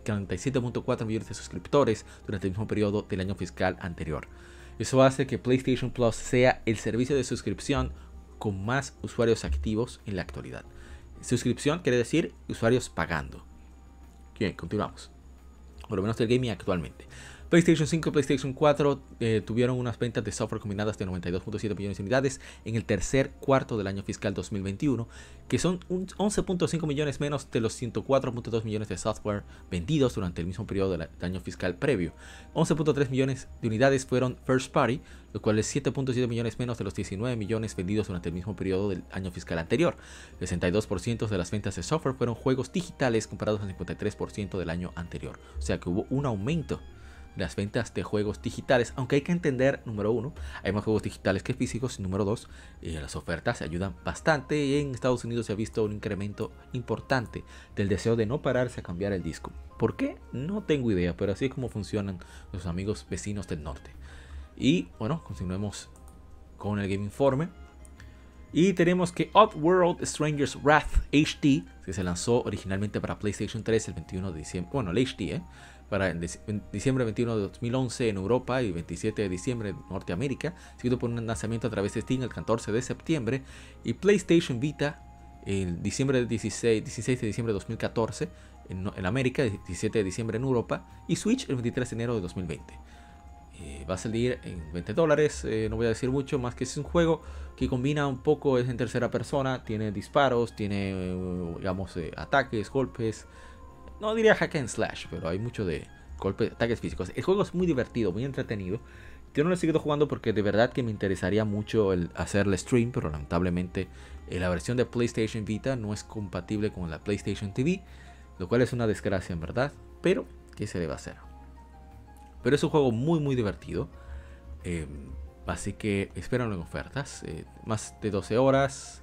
47.4 millones de suscriptores durante el mismo periodo del año fiscal anterior. Eso hace que PlayStation Plus sea el servicio de suscripción con más usuarios activos en la actualidad. Suscripción quiere decir usuarios pagando. Bien, continuamos. Por lo menos del gaming actualmente. PlayStation 5 y PlayStation 4 tuvieron unas ventas de software combinadas de 92.7 millones de unidades en el tercer cuarto del año fiscal 2021, que son 11.5 millones menos de los 104.2 millones de software vendidos durante el mismo periodo del año fiscal previo. 11.3 millones de unidades fueron first party, lo cual es 7.7 millones menos de los 19 millones vendidos durante el mismo periodo del año fiscal anterior. El 62% de las ventas de software fueron juegos digitales comparados al 53% del año anterior. O sea que hubo un aumento las ventas de juegos digitales, aunque hay que entender, número 1, hay más juegos digitales que físicos, y número 2, las ofertas ayudan bastante y en Estados Unidos se ha visto un incremento importante del deseo de no pararse a cambiar el disco. ¿Por qué? No tengo idea, pero así es como funcionan los amigos vecinos del norte. Y bueno, continuemos con el Game Informe. Y tenemos que Oddworld Stranger's Wrath HD, que se lanzó originalmente para PlayStation 3 el 21 de diciembre, bueno, el HD, para diciembre 21 de 2011 en Europa y 27 de diciembre en Norteamérica, seguido por un lanzamiento a través de Steam el 14 de septiembre, y PlayStation Vita el 16 de diciembre de 2014 en América, 17 de diciembre en Europa, y Switch el 23 de enero de 2020. Va a salir en $20, no voy a decir mucho más que es un juego que combina un poco, es en tercera persona, tiene disparos, tiene digamos ataques, golpes. No diría hack and slash, pero hay mucho de golpes, ataques físicos. El juego es muy divertido, muy entretenido. Yo no lo he seguido jugando porque de verdad que me interesaría mucho el hacerle stream, pero lamentablemente la versión de PlayStation Vita no es compatible con la PlayStation TV, lo cual es una desgracia en verdad, pero ¿qué se le va a hacer? Pero es un juego muy muy divertido, así que espérenlo en ofertas, más de 12 horas,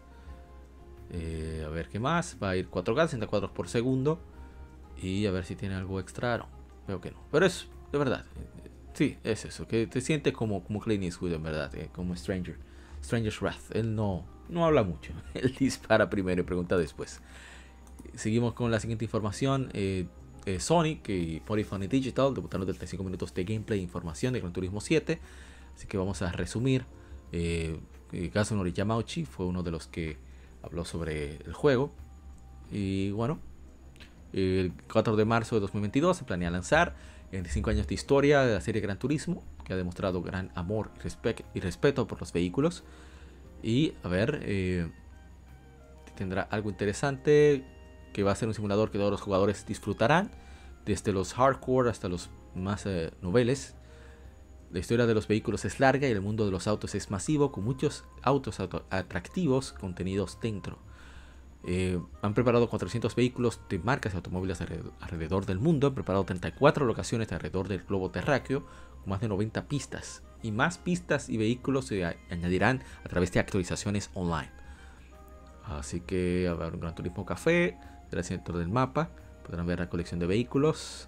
a ver qué más, va a ir 4K, 60 cuadros por segundo. Y a ver si tiene algo extra. No, veo que no. Pero es de verdad. Sí, es eso. Que te sientes como Clint Eastwood en verdad. Como Stranger's Wrath. Él no habla mucho. Él dispara primero y pregunta después. Seguimos con la siguiente información. Sonic y Polyphony Digital debutaron 35 minutos de gameplay e información de Gran Turismo 7. Así que vamos a resumir. Kazunori Yamauchi fue uno de los que habló sobre el juego. Y bueno, el 4 de marzo de 2022 se planea lanzar 25 años de historia de la serie Gran Turismo, que ha demostrado gran amor y respeto por los vehículos. Y a ver, tendrá algo interesante, que va a ser un simulador que todos los jugadores disfrutarán, desde los hardcore hasta los más noveles. La historia de los vehículos es larga y el mundo de los autos es masivo, con muchos autos atractivos contenidos dentro. Han preparado 400 vehículos de marcas de automóviles alrededor del mundo. Han preparado 34 locaciones alrededor del globo terráqueo, con más de 90 pistas. Y más pistas y vehículos se añadirán a través de actualizaciones online. Así que habrá un Gran Turismo Café del centro del mapa. Podrán ver la colección de vehículos.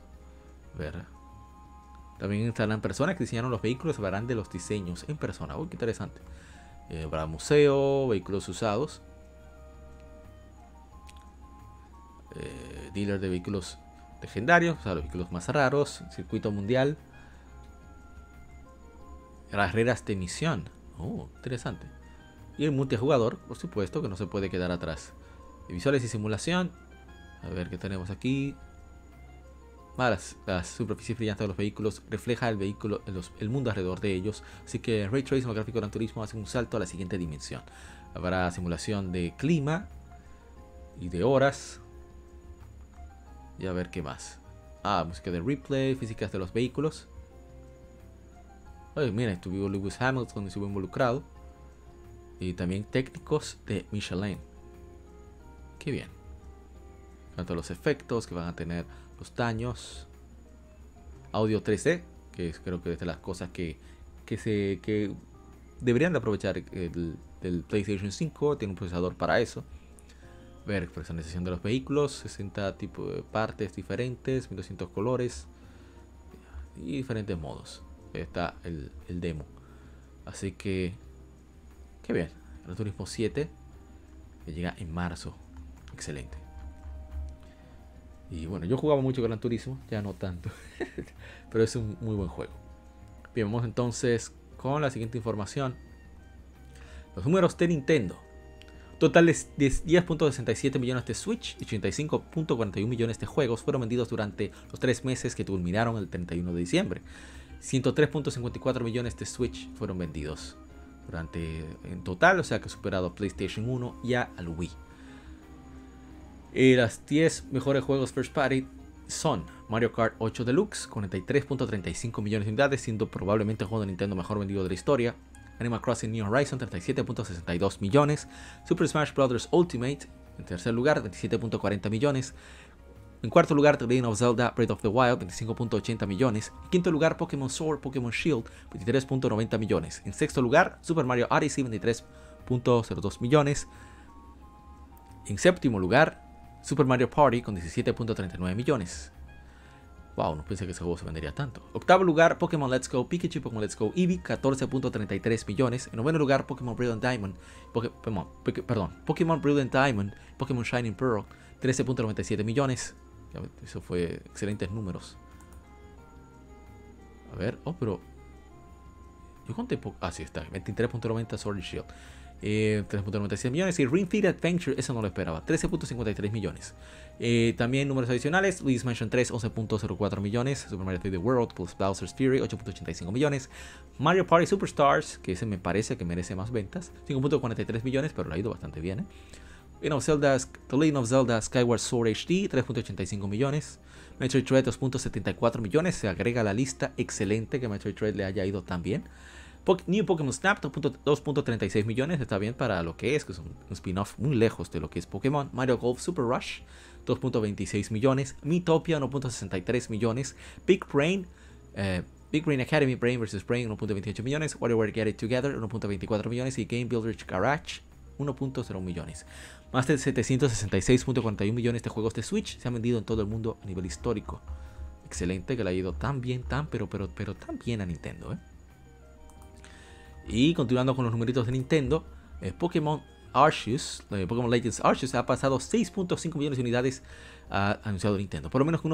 También estarán personas que diseñaron los vehículos, hablarán de los diseños en persona. Uy, qué interesante. Habrá museo, vehículos usados, dealer de vehículos legendarios, o sea, los vehículos más raros, circuito mundial, carreras de misión. Oh, interesante. Y el multijugador, por supuesto, que no se puede quedar atrás. Visuales y simulación. A ver qué tenemos aquí. Las superficies brillantes de los vehículos refleja el mundo alrededor de ellos. Así que Ray Tracing, el gráfico de Gran Turismo, hace un salto a la siguiente dimensión. Habrá simulación de clima y de horas. Y a ver qué más. Música de replay, físicas de los vehículos. Oye, mira, estuvo Lewis Hamilton, estuvo involucrado. Y también técnicos de Michelin. Qué bien. Tanto los efectos que van a tener, los daños. Audio 3D, que creo que es de las cosas que deberían de aprovechar del PlayStation 5. Tiene un procesador para eso. Ver personalización de los vehículos, 60 tipos de partes diferentes, 1200 colores y diferentes modos. Está el demo. Así que qué bien. Gran Turismo 7 que llega en marzo. Excelente. Y bueno, yo jugaba mucho Gran Turismo, ya no tanto. Pero es un muy buen juego. Bien, vamos entonces con la siguiente información. Los números de Nintendo. Total de 10.67 millones de Switch y 85.41 millones de juegos fueron vendidos durante los 3 meses que culminaron el 31 de diciembre. 103.54 millones de Switch fueron vendidos en total, o sea que ha superado a PlayStation 1 y al Wii. Las 10 mejores juegos First Party son Mario Kart 8 Deluxe con 43.35 millones de unidades, siendo probablemente el juego de Nintendo mejor vendido de la historia. Animal Crossing New Horizon 37.62 millones. Super Smash Bros. Ultimate en tercer lugar 27.40 millones. En cuarto lugar The Legend of Zelda Breath of the Wild 25.80 millones. En quinto lugar Pokémon Sword Pokémon Shield 23.90 millones. En sexto lugar Super Mario Odyssey 23.02 millones. En séptimo lugar Super Mario Party con 17.39 millones. Wow, no pensé que ese juego se vendería tanto. Octavo lugar, Pokémon Let's Go Pikachu, Pokémon Let's Go Eevee, 14.33 millones. En noveno lugar, Pokémon Brilliant Diamond, Pokémon Brilliant Diamond, Pokémon Shining Pearl, 13.97 millones. Eso fue excelentes números. A ver, pero yo conté sí está, 23.90 Sword and Shield. 3.96 millones. Y Ring Fit Adventure, eso no lo esperaba, 13.53 millones. También números adicionales: Luigi's Mansion 3, 11.04 millones. Super Mario 3D World plus Bowser's Fury, 8.85 millones. Mario Party Superstars, que ese me parece que merece más ventas, 5.43 millones, pero le ha ido bastante bien. The Legend of Zelda Skyward Sword HD, 3.85 millones. Metroid Dread 2.74 millones, se agrega a la lista. Excelente que Metroid Dread le haya ido tan bien. New Pokémon Snap 2.36 millones, está bien para lo que es un spin-off muy lejos de lo que es Pokémon. Mario Golf Super Rush 2.26 millones. Miitopia 1.63 millones. Big Brain Academy Brain vs Brain 1.28 millones. WarioWare Get It Together 1.24 millones y Game Builder Garage 1.0 millones. Más de 766.41 millones de juegos de Switch se han vendido en todo el mundo a nivel histórico. Excelente que le ha ido tan bien, pero tan bien a Nintendo, Y continuando con los numeritos de Nintendo, Pokémon Arceus, Pokémon Legends Arceus, ha pasado 6.5 millones de unidades, ha anunciado Nintendo. Por lo menos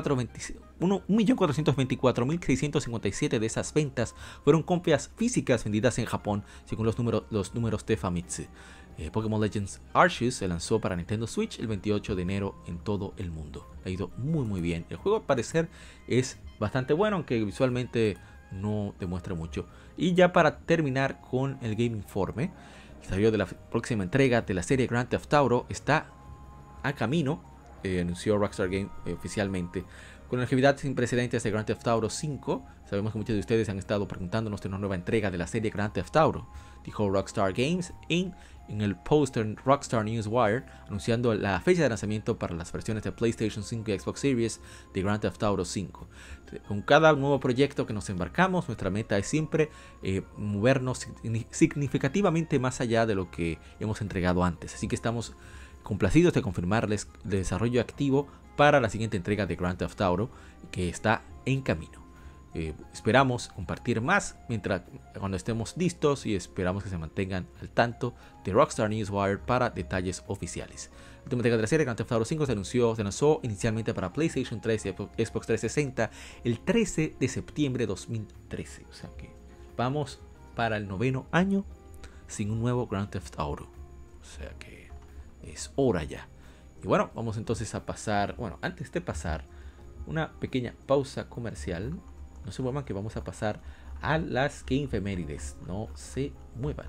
1.424.657 de esas ventas fueron copias físicas vendidas en Japón, según los números de Famitsu. Pokémon Legends Arceus se lanzó para Nintendo Switch el 28 de enero en todo el mundo. Ha ido muy bien. El juego al parecer es bastante bueno, aunque visualmente no demuestra mucho. Y ya para terminar con el Game Informe, el desarrollo de la próxima entrega de la serie Grand Theft Auto está a camino, anunció Rockstar Games oficialmente. Con la actividad sin precedentes de Grand Theft Auto 5, sabemos que muchos de ustedes han estado preguntándonos de una nueva entrega de la serie Grand Theft Auto, dijo Rockstar Games en el póster Rockstar Newswire, anunciando la fecha de lanzamiento para las versiones de PlayStation 5 y Xbox Series de Grand Theft Auto 5. Con cada nuevo proyecto que nos embarcamos, nuestra meta es siempre movernos significativamente más allá de lo que hemos entregado antes. Así que estamos complacidos de confirmarles el desarrollo activo para la siguiente entrega de Grand Theft Auto, que está en camino. Esperamos compartir más cuando estemos listos, y esperamos que se mantengan al tanto de Rockstar Newswire para detalles oficiales. La última entrega de la serie Grand Theft Auto 5 se lanzó inicialmente para PlayStation 3 y Xbox 360 el 13 de septiembre de 2013. O sea que vamos para el 9º año sin un nuevo Grand Theft Auto. O sea que es hora ya. Y bueno, vamos entonces a pasar, antes de pasar, una pequeña pausa comercial. No se muevan, que vamos a pasar a las Gamefemérides. No se muevan.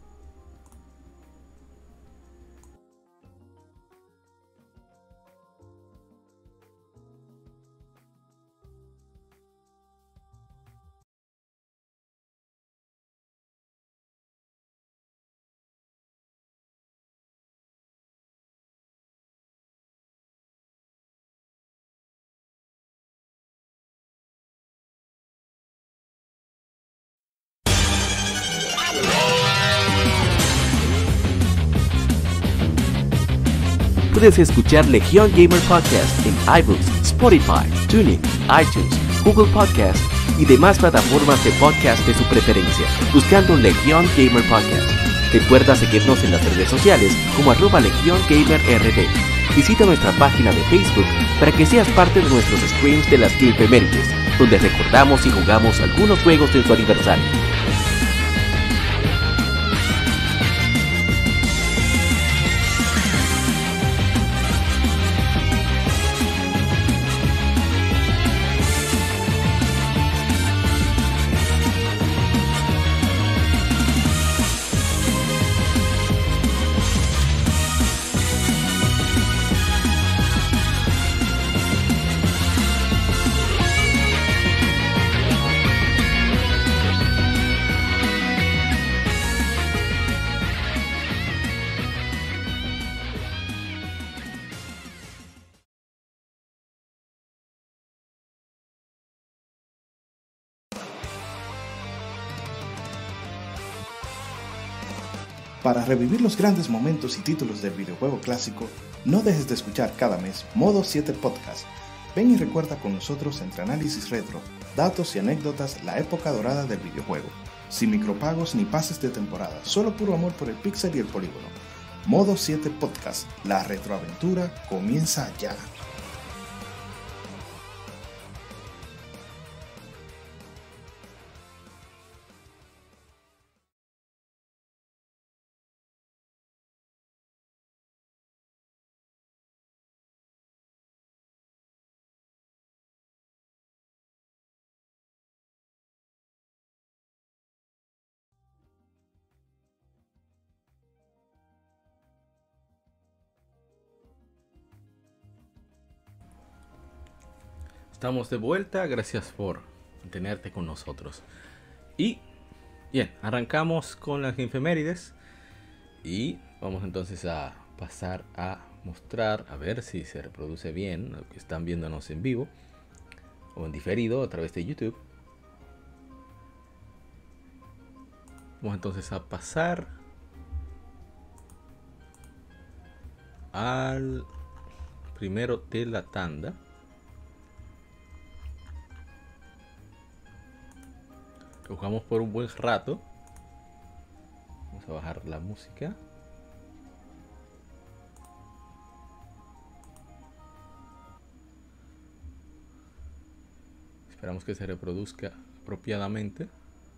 Puedes escuchar Legión Gamer Podcast en iBooks, Spotify, TuneIn, iTunes, Google Podcast y demás plataformas de podcast de su preferencia, buscando Legión Gamer Podcast. Recuerda seguirnos en las redes sociales como @LegiónGamerRD. Visita nuestra página de Facebook para que seas parte de nuestros streams de las Gamefemérides, donde recordamos y jugamos algunos juegos de su aniversario. Para revivir los grandes momentos y títulos del videojuego clásico, no dejes de escuchar cada mes Modo 7 Podcast. Ven y recuerda con nosotros entre análisis retro, datos y anécdotas la época dorada del videojuego. Sin micropagos ni pases de temporada, solo puro amor por el pixel y el polígono. Modo 7 Podcast, la retroaventura comienza ya. Estamos de vuelta, gracias por tenerte con nosotros. Y bien, arrancamos con las efemérides y vamos entonces a pasar a mostrar, a ver si se reproduce bien lo que están viéndonos en vivo o en diferido a través de YouTube. Vamos entonces a pasar al primero de la tanda. Jugamos por un buen rato. Vamos a bajar la música. Esperamos que se reproduzca apropiadamente.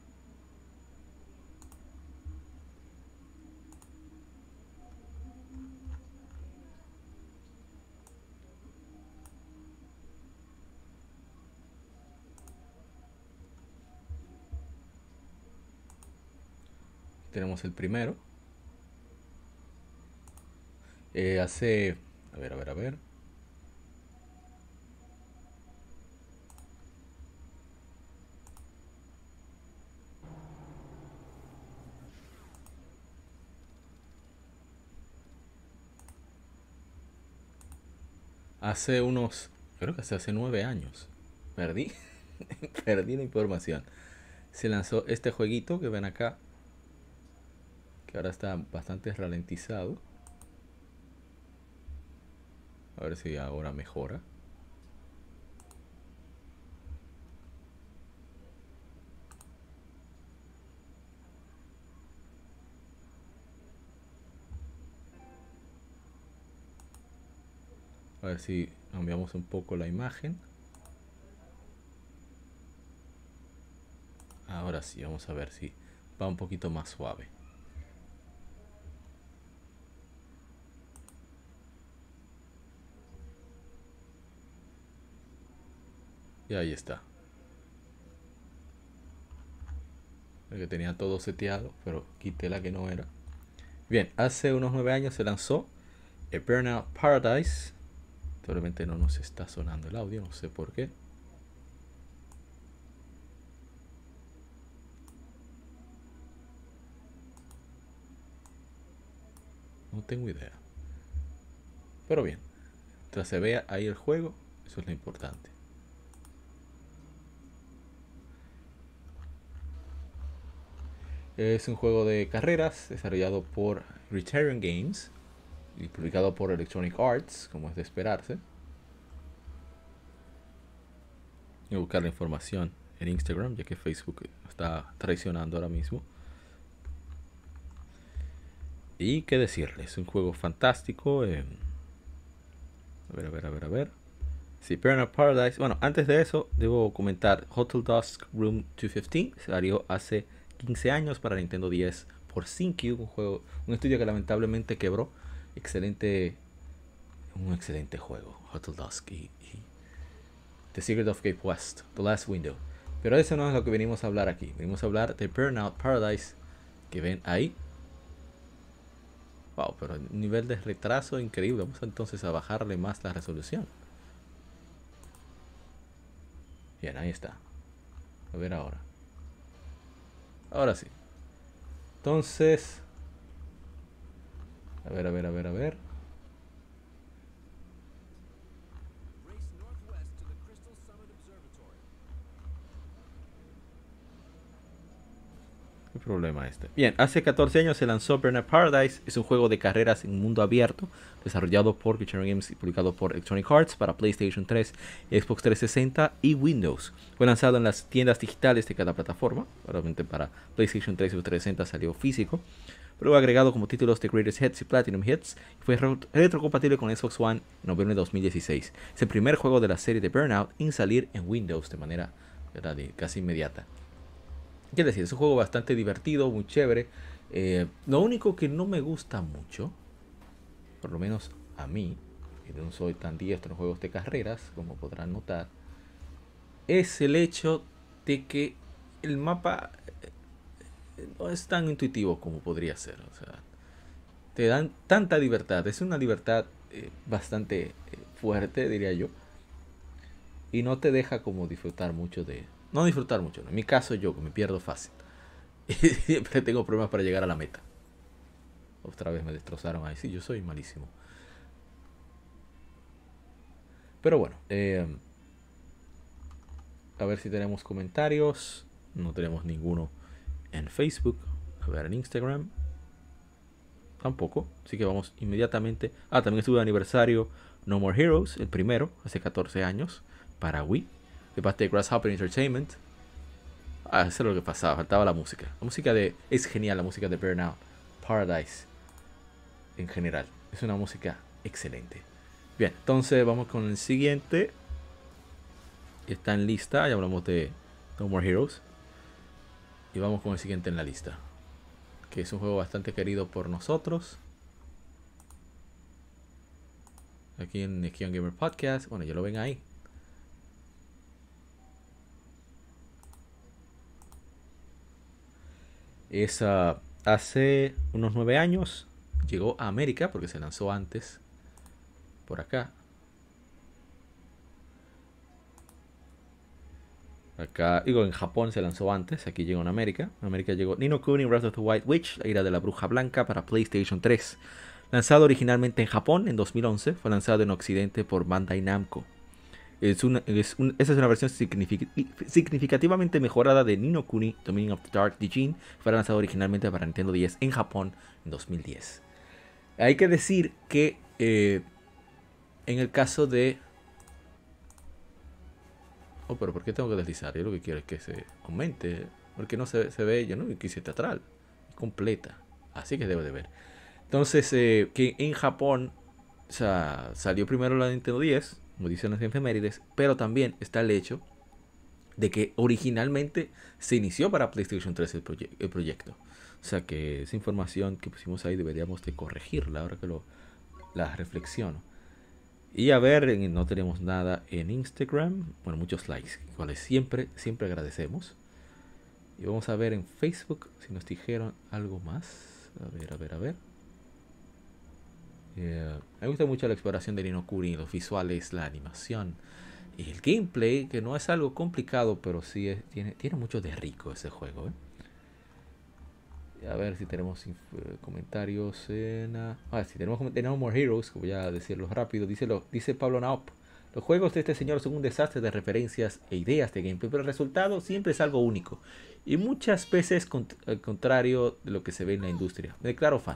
Tenemos el primero. Hace... A ver. Hace unos... Creo que hace 9 años. Perdí. Perdí la información. Se lanzó este jueguito que ven acá. Que ahora está bastante ralentizado. A ver si ahora mejora. A ver si cambiamos un poco la imagen. Ahora sí, vamos a ver si va un poquito más suave. Y ahí está. El que tenía todo seteado, pero quité la que no era. Bien, hace unos 9 años se lanzó el Burnout Paradise. Probablemente no nos está sonando el audio, no sé por qué. No tengo idea. Pero bien, mientras se vea ahí el juego, eso es lo importante. Es un juego de carreras desarrollado por Criterion Games y publicado por Electronic Arts, como es de esperarse. Voy a buscar la información en Instagram, ya que Facebook está traicionando ahora mismo. Y qué decirles, es un juego fantástico. A ver. Sí, Burnout Paradise. Bueno, antes de eso, debo comentar Hotel Dusk Room 215. Salió hace 15 años para Nintendo 10 por ThinkCube, un estudio que lamentablemente quebró. Un excelente juego, Hotel Dusk y The Secret of Cape West, The Last Window. Pero eso no es lo que venimos a hablar aquí. Venimos a hablar de Burnout Paradise, que ven ahí. Wow, pero el nivel de retraso increíble. Vamos entonces a bajarle más la resolución. Bien, ahí está. A ver ahora. Ahora sí. Entonces... A ver. ¿Qué problema este? Bien, hace 14 años se lanzó Burnout Paradise. Es un juego de carreras en mundo abierto, desarrollado por Criterion Games y publicado por Electronic Arts para PlayStation 3, Xbox 360 y Windows. Fue lanzado en las tiendas digitales de cada plataforma. Probablemente para PlayStation 3 y Xbox 360 salió físico. Pero agregado como títulos de Greatest Hits y Platinum Hits. Y fue retrocompatible con Xbox One en noviembre de 2016. Es el primer juego de la serie de Burnout en salir en Windows de manera casi inmediata. Quiero decir, es un juego bastante divertido, muy chévere. Lo único que no me gusta mucho, por lo menos a mí, que no soy tan diestro en juegos de carreras, como podrán notar, es el hecho de que el mapa no es tan intuitivo como podría ser. O sea, te dan tanta libertad. Es una libertad bastante fuerte, diría yo. Y no te deja como disfrutar mucho de... No disfrutar mucho, ¿no? En mi caso yo, que me pierdo fácil. Y siempre tengo problemas para llegar a la meta. Otra vez me destrozaron ahí. Sí, yo soy malísimo. Pero bueno. A ver si tenemos comentarios. No tenemos ninguno en Facebook. A ver en Instagram. Tampoco. Así que vamos inmediatamente. También estuvo de aniversario No More Heroes. El primero, hace 14 años. Para Wii. De parte de Grasshopper Entertainment. Eso es lo que pasaba, faltaba la música. La música es genial, la música de Burnout Paradise. En general, es una música excelente. Bien, entonces vamos con el siguiente. está en lista. Ya hablamos de No More Heroes. Y vamos con el siguiente en la lista, que es un juego bastante querido por nosotros aquí en Neon Gamer Podcast. Bueno, ya lo ven ahí. Es hace unos 9 años. Llegó a América porque se lanzó antes por acá. Acá, digo, en Japón se lanzó antes. Aquí llegó en América. En América llegó Ni no Kuni Wrath of the White Witch, la ira de la bruja blanca, para PlayStation 3. Lanzado originalmente en Japón en 2011, fue lanzado en Occidente por Bandai Namco. Esa es una versión significativamente mejorada de Ni no Kuni Dominion of the Dark Dijin. Fue lanzado originalmente para Nintendo 10 en Japón en 2010. Hay que decir que en el caso de... Oh, pero ¿por qué tengo que deslizar? Yo lo que quiero es que se aumente. Porque no se ve, yo no quise teatral. Es completa. Así que debe de ver. Entonces, que en Japón, o sea, salió primero la Nintendo 10, como dicen las efemérides, pero también está el hecho de que originalmente se inició para PlayStation 3 el proyecto. O sea que esa información que pusimos ahí deberíamos de corregirla ahora que la reflexiono. Y a ver, no tenemos nada en Instagram. Bueno, muchos likes, cuales siempre agradecemos. Y vamos a ver en Facebook si nos dijeron algo más. A ver. Me gusta mucho la exploración de Ni no Kuni, los visuales, la animación y el gameplay, que no es algo complicado, pero sí tiene mucho de rico ese juego, ¿eh? A ver si tenemos comentarios en... si tenemos No More Heroes, que voy a decirlo rápido. Dice Pablo Naop: los juegos de este señor son un desastre de referencias e ideas de gameplay, pero el resultado siempre es algo único. Y muchas veces al contrario de lo que se ve en la industria. Me declaro fan.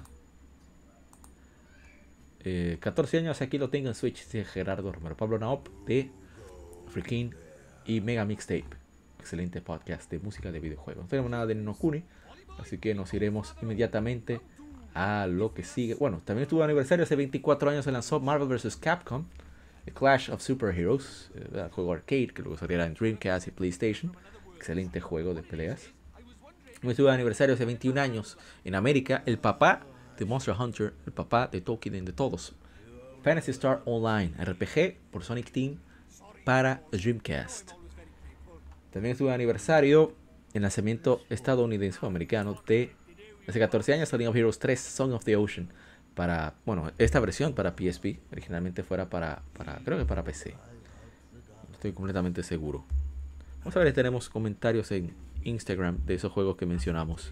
14 años aquí lo tengo en Switch, dice Gerardo Romero. Pablo Naop de Freaking y Mega Mixtape. Excelente podcast de música de videojuegos. No tenemos nada de Ni no Kuni, así que nos iremos inmediatamente a lo que sigue. Bueno, también estuvo de aniversario. Hace 24 años se lanzó Marvel vs. Capcom, The Clash of Superheroes, el juego arcade que luego saliera en Dreamcast y PlayStation. Excelente juego de peleas. También estuvo de aniversario hace 21 años en América el papá de Monster Hunter, el papá de Tolkien, de todos, Phantasy Star Online, RPG por Sonic Team para Dreamcast. También estuvo de aniversario el lanzamiento estadounidense o americano de hace 14 años, Legend of Heroes 3 Song of the Ocean, para, bueno, esta versión para PSP, originalmente fuera para creo que para PC. No estoy completamente seguro. Vamos a ver si tenemos comentarios en Instagram de esos juegos que mencionamos.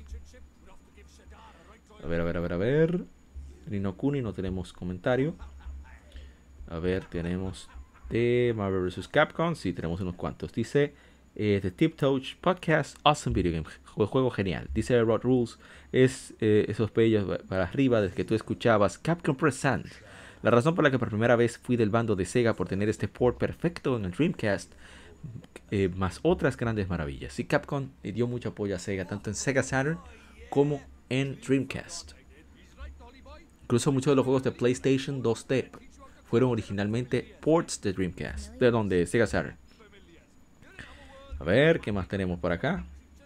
A ver. Ni no Kuni no tenemos comentario. A ver, tenemos de Marvel vs. Capcom. Sí, tenemos unos cuantos. Dice The Tip Touch Podcast, awesome video game. Juego genial. Dice Rod Rules, es esos pellos para arriba desde que tú escuchabas Capcom Present. La razón por la que por primera vez fui del bando de Sega por tener este port perfecto en el Dreamcast, más otras grandes maravillas. Sí, Capcom dio mucho apoyo a Sega, tanto en Sega Saturn como en Dreamcast. Incluso muchos de los juegos de PlayStation 2D fueron originalmente ports de Dreamcast, de Sega Saturn. A ver, ¿qué más tenemos por acá?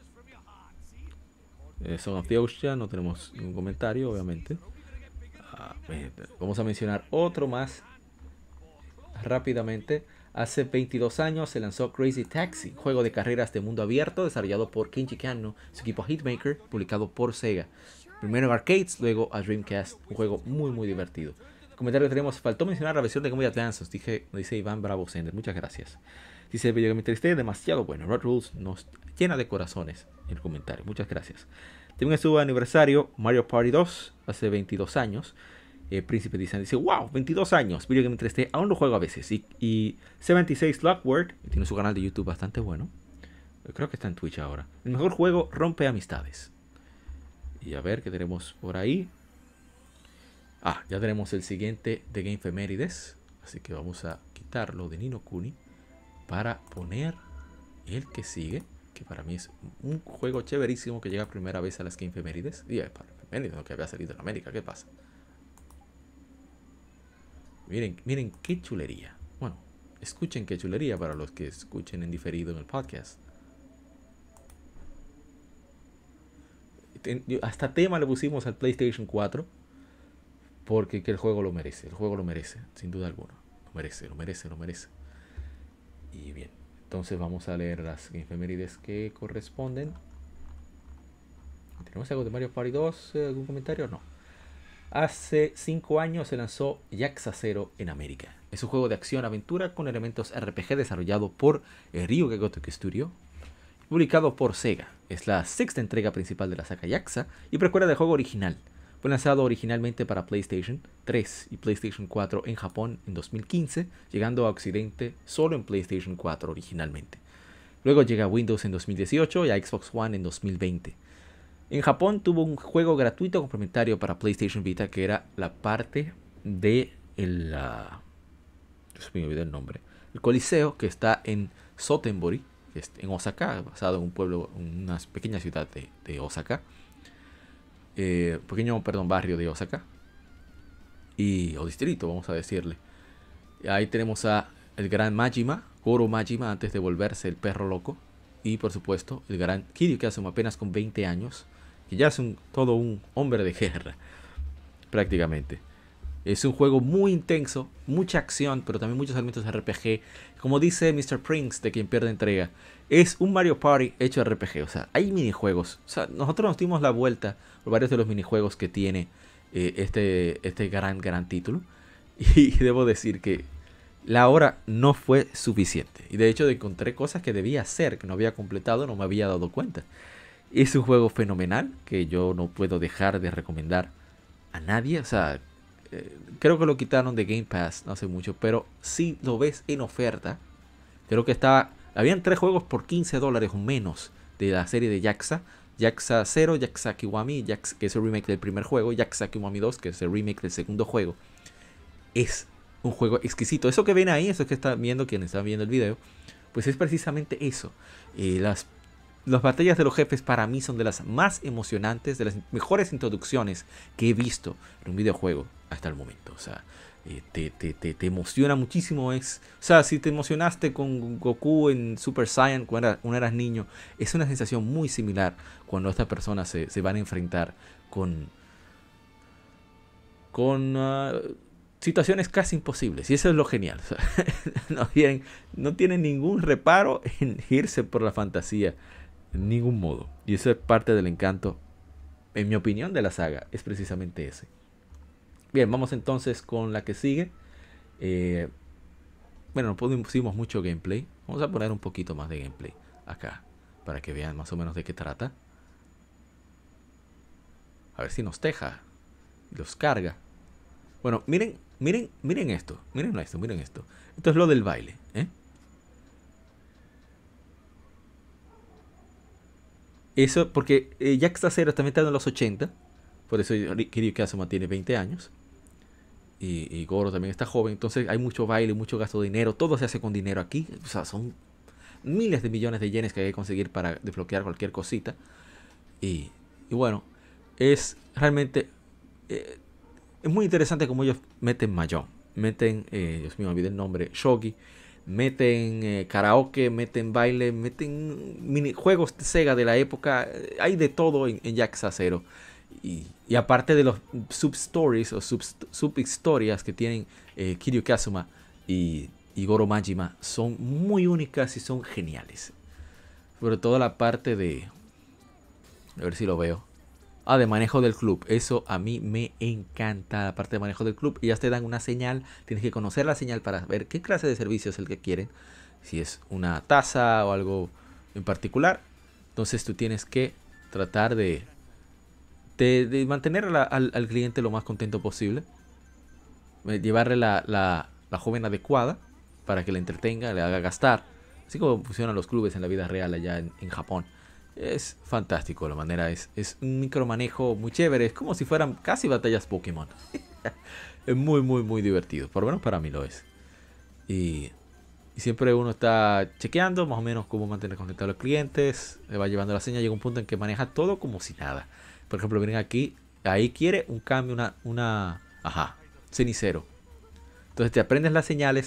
Song of the Ocean, no tenemos ningún comentario, obviamente. Vamos a mencionar otro más rápidamente. Hace 22 años se lanzó Crazy Taxi, juego de carreras de mundo abierto desarrollado por Kenji Kanno, su equipo Hitmaker, publicado por Sega. Primero en arcades, luego a Dreamcast, un juego muy divertido. Comentario que tenemos: faltó mencionar la versión de Game Boy Advance, dice Iván Bravo Sender, muchas gracias. Dice el video que me interesé, demasiado bueno. Rod Rules nos llena de corazones el comentario, muchas gracias. También estuvo de aniversario Mario Party 2, hace 22 años. Príncipe dice, wow, 22 años, Video Game 3D, aún lo juego a veces. Y 76 Lockworth, tiene su canal de YouTube bastante bueno. Creo que está en Twitch ahora. El mejor juego rompe amistades. Y a ver qué tenemos por ahí. Ya tenemos el siguiente de Game Femérides. Así que vamos a quitarlo de Ni no Kuni para poner el que sigue, que para mí es un juego chéverísimo que llega primera vez a las Game Femérides. Y para Femérides, que había salido en América, ¿qué pasa? Miren qué chulería. Bueno, Escuchen qué chulería para los que escuchen en diferido en el podcast. Hasta tema le pusimos al PlayStation 4 porque que el juego lo merece. El juego lo merece, sin duda alguna. Lo merece, lo merece, lo merece. Y bien, entonces vamos a leer las efemérides que corresponden. ¿Tenemos algo de Mario Party 2? ¿Algún comentario? No. Hace 5 años se lanzó Yakuza 0 en América. Es un juego de acción-aventura con elementos RPG desarrollado por Ryuga Gotoku Studio, publicado por Sega. Es la sexta entrega principal de la saga Yakuza y precuela del juego original. Fue lanzado originalmente para PlayStation 3 y PlayStation 4 en Japón en 2015, llegando a Occidente solo en PlayStation 4 originalmente. Luego llega a Windows en 2018 y a Xbox One en 2020. En Japón tuvo un juego gratuito complementario para PlayStation Vita que era la parte de el Coliseo, que está en Sotenbori, que es en Osaka, basado en un pueblo, en una pequeña ciudad de Osaka. Barrio de Osaka. O distrito, vamos a decirle. Ahí tenemos a el gran Majima, Goro Majima, antes de volverse el perro loco. Y por supuesto, el gran Kiryu Kazuma, apenas con 20 años. Que ya es todo un hombre de guerra, prácticamente. Es un juego muy intenso, mucha acción, pero también muchos elementos de RPG. Como dice Mr. Prince, de quien pierde entrega, es un Mario Party hecho RPG. O sea, hay minijuegos. O sea, nosotros nos dimos la vuelta por varios de los minijuegos que tiene este gran título. Y debo decir que la hora no fue suficiente. Y de hecho encontré cosas que debía hacer, que no había completado, no me había dado cuenta. Es un juego fenomenal que yo no puedo dejar de recomendar a nadie. O sea, creo que lo quitaron de Game Pass no hace mucho, pero si lo ves en oferta, creo que habían 3 juegos por $15 o menos de la serie de Yakuza. Yakuza 0, Yakuza Kiwami, que es el remake del primer juego, Yakuza Kiwami 2, que es el remake del segundo juego. Es un juego exquisito. Eso que ven ahí, eso que están viendo quienes están viendo el video, pues es precisamente eso. Las batallas de los jefes para mí son de las más emocionantes, de las mejores introducciones que he visto en un videojuego hasta el momento. O sea, te emociona muchísimo. O sea, si te emocionaste con Goku en Super Saiyan cuando eras niño, es una sensación muy similar cuando estas personas se van a enfrentar con situaciones casi imposibles. Y eso es lo genial. O sea, no tienen ningún reparo en irse por la fantasía. En ningún modo. Y eso es parte del encanto, en mi opinión, de la saga. Es precisamente ese. Bien, vamos entonces con la que sigue. No pusimos mucho gameplay. Vamos a poner un poquito más de gameplay acá, para que vean más o menos de qué trata. A ver si nos deja. Los carga. Bueno, miren esto. Miren esto. Esto es lo del baile, Eso porque Yakuza 0 también está en los 80. Por eso Kiryu Kazuma tiene 20 años. Y Goro también está joven. Entonces hay mucho baile, mucho gasto de dinero. Todo se hace con dinero aquí. O sea, son miles de millones de yenes que hay que conseguir para desbloquear cualquier cosita. Y bueno, es realmente... es muy interesante como ellos meten Mahjong. Meten, Dios mío, me olvidé el nombre, Shogi. Meten karaoke, meten baile, meten minijuegos de Sega de la época. Hay de todo en Yakuza 0. Y aparte de los sub-stories o sub-historias que tienen Kiryu Kazuma y Goro Majima, son muy únicas y son geniales. Sobre todo la parte de... A ver si lo veo. De manejo del club. Eso a mí me encanta. La parte de manejo del club. Ellas te dan una señal. Tienes que conocer la señal para ver qué clase de servicio es el que quieren. Si es una taza o algo en particular. Entonces tú tienes que tratar de mantener al cliente lo más contento posible. Llevarle la joven adecuada para que le entretenga, le haga gastar. Así como funcionan los clubes en la vida real allá en Japón. Es fantástico la manera, es un micromanejo muy chévere, es como si fueran casi batallas Pokémon. Es muy muy muy divertido, por lo menos para mí lo es. Y siempre uno está chequeando más o menos cómo mantener conectados a los clientes, le va llevando la señal, llega un punto en que maneja todo como si nada. Por ejemplo, miren aquí, ahí quiere un cambio, cenicero. Entonces te aprendes las señales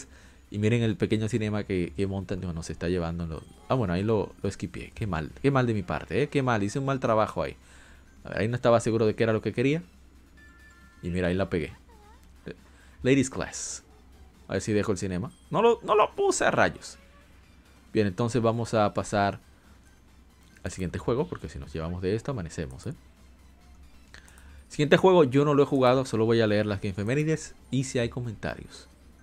Y miren el pequeño cinema que montan, nos está llevando. Bueno, ahí lo esquipié. Qué mal de mi parte, qué mal, hice un mal trabajo ahí. A ver, ahí no estaba seguro de qué era lo que quería. Y mira, ahí la pegué. Ladies Class. A ver si dejo el cinema. No lo puse a rayos. Bien, entonces vamos a pasar al siguiente juego, porque si nos llevamos de esto, amanecemos, Siguiente juego, yo no lo he jugado, solo voy a leer las efemérides y si hay comentarios.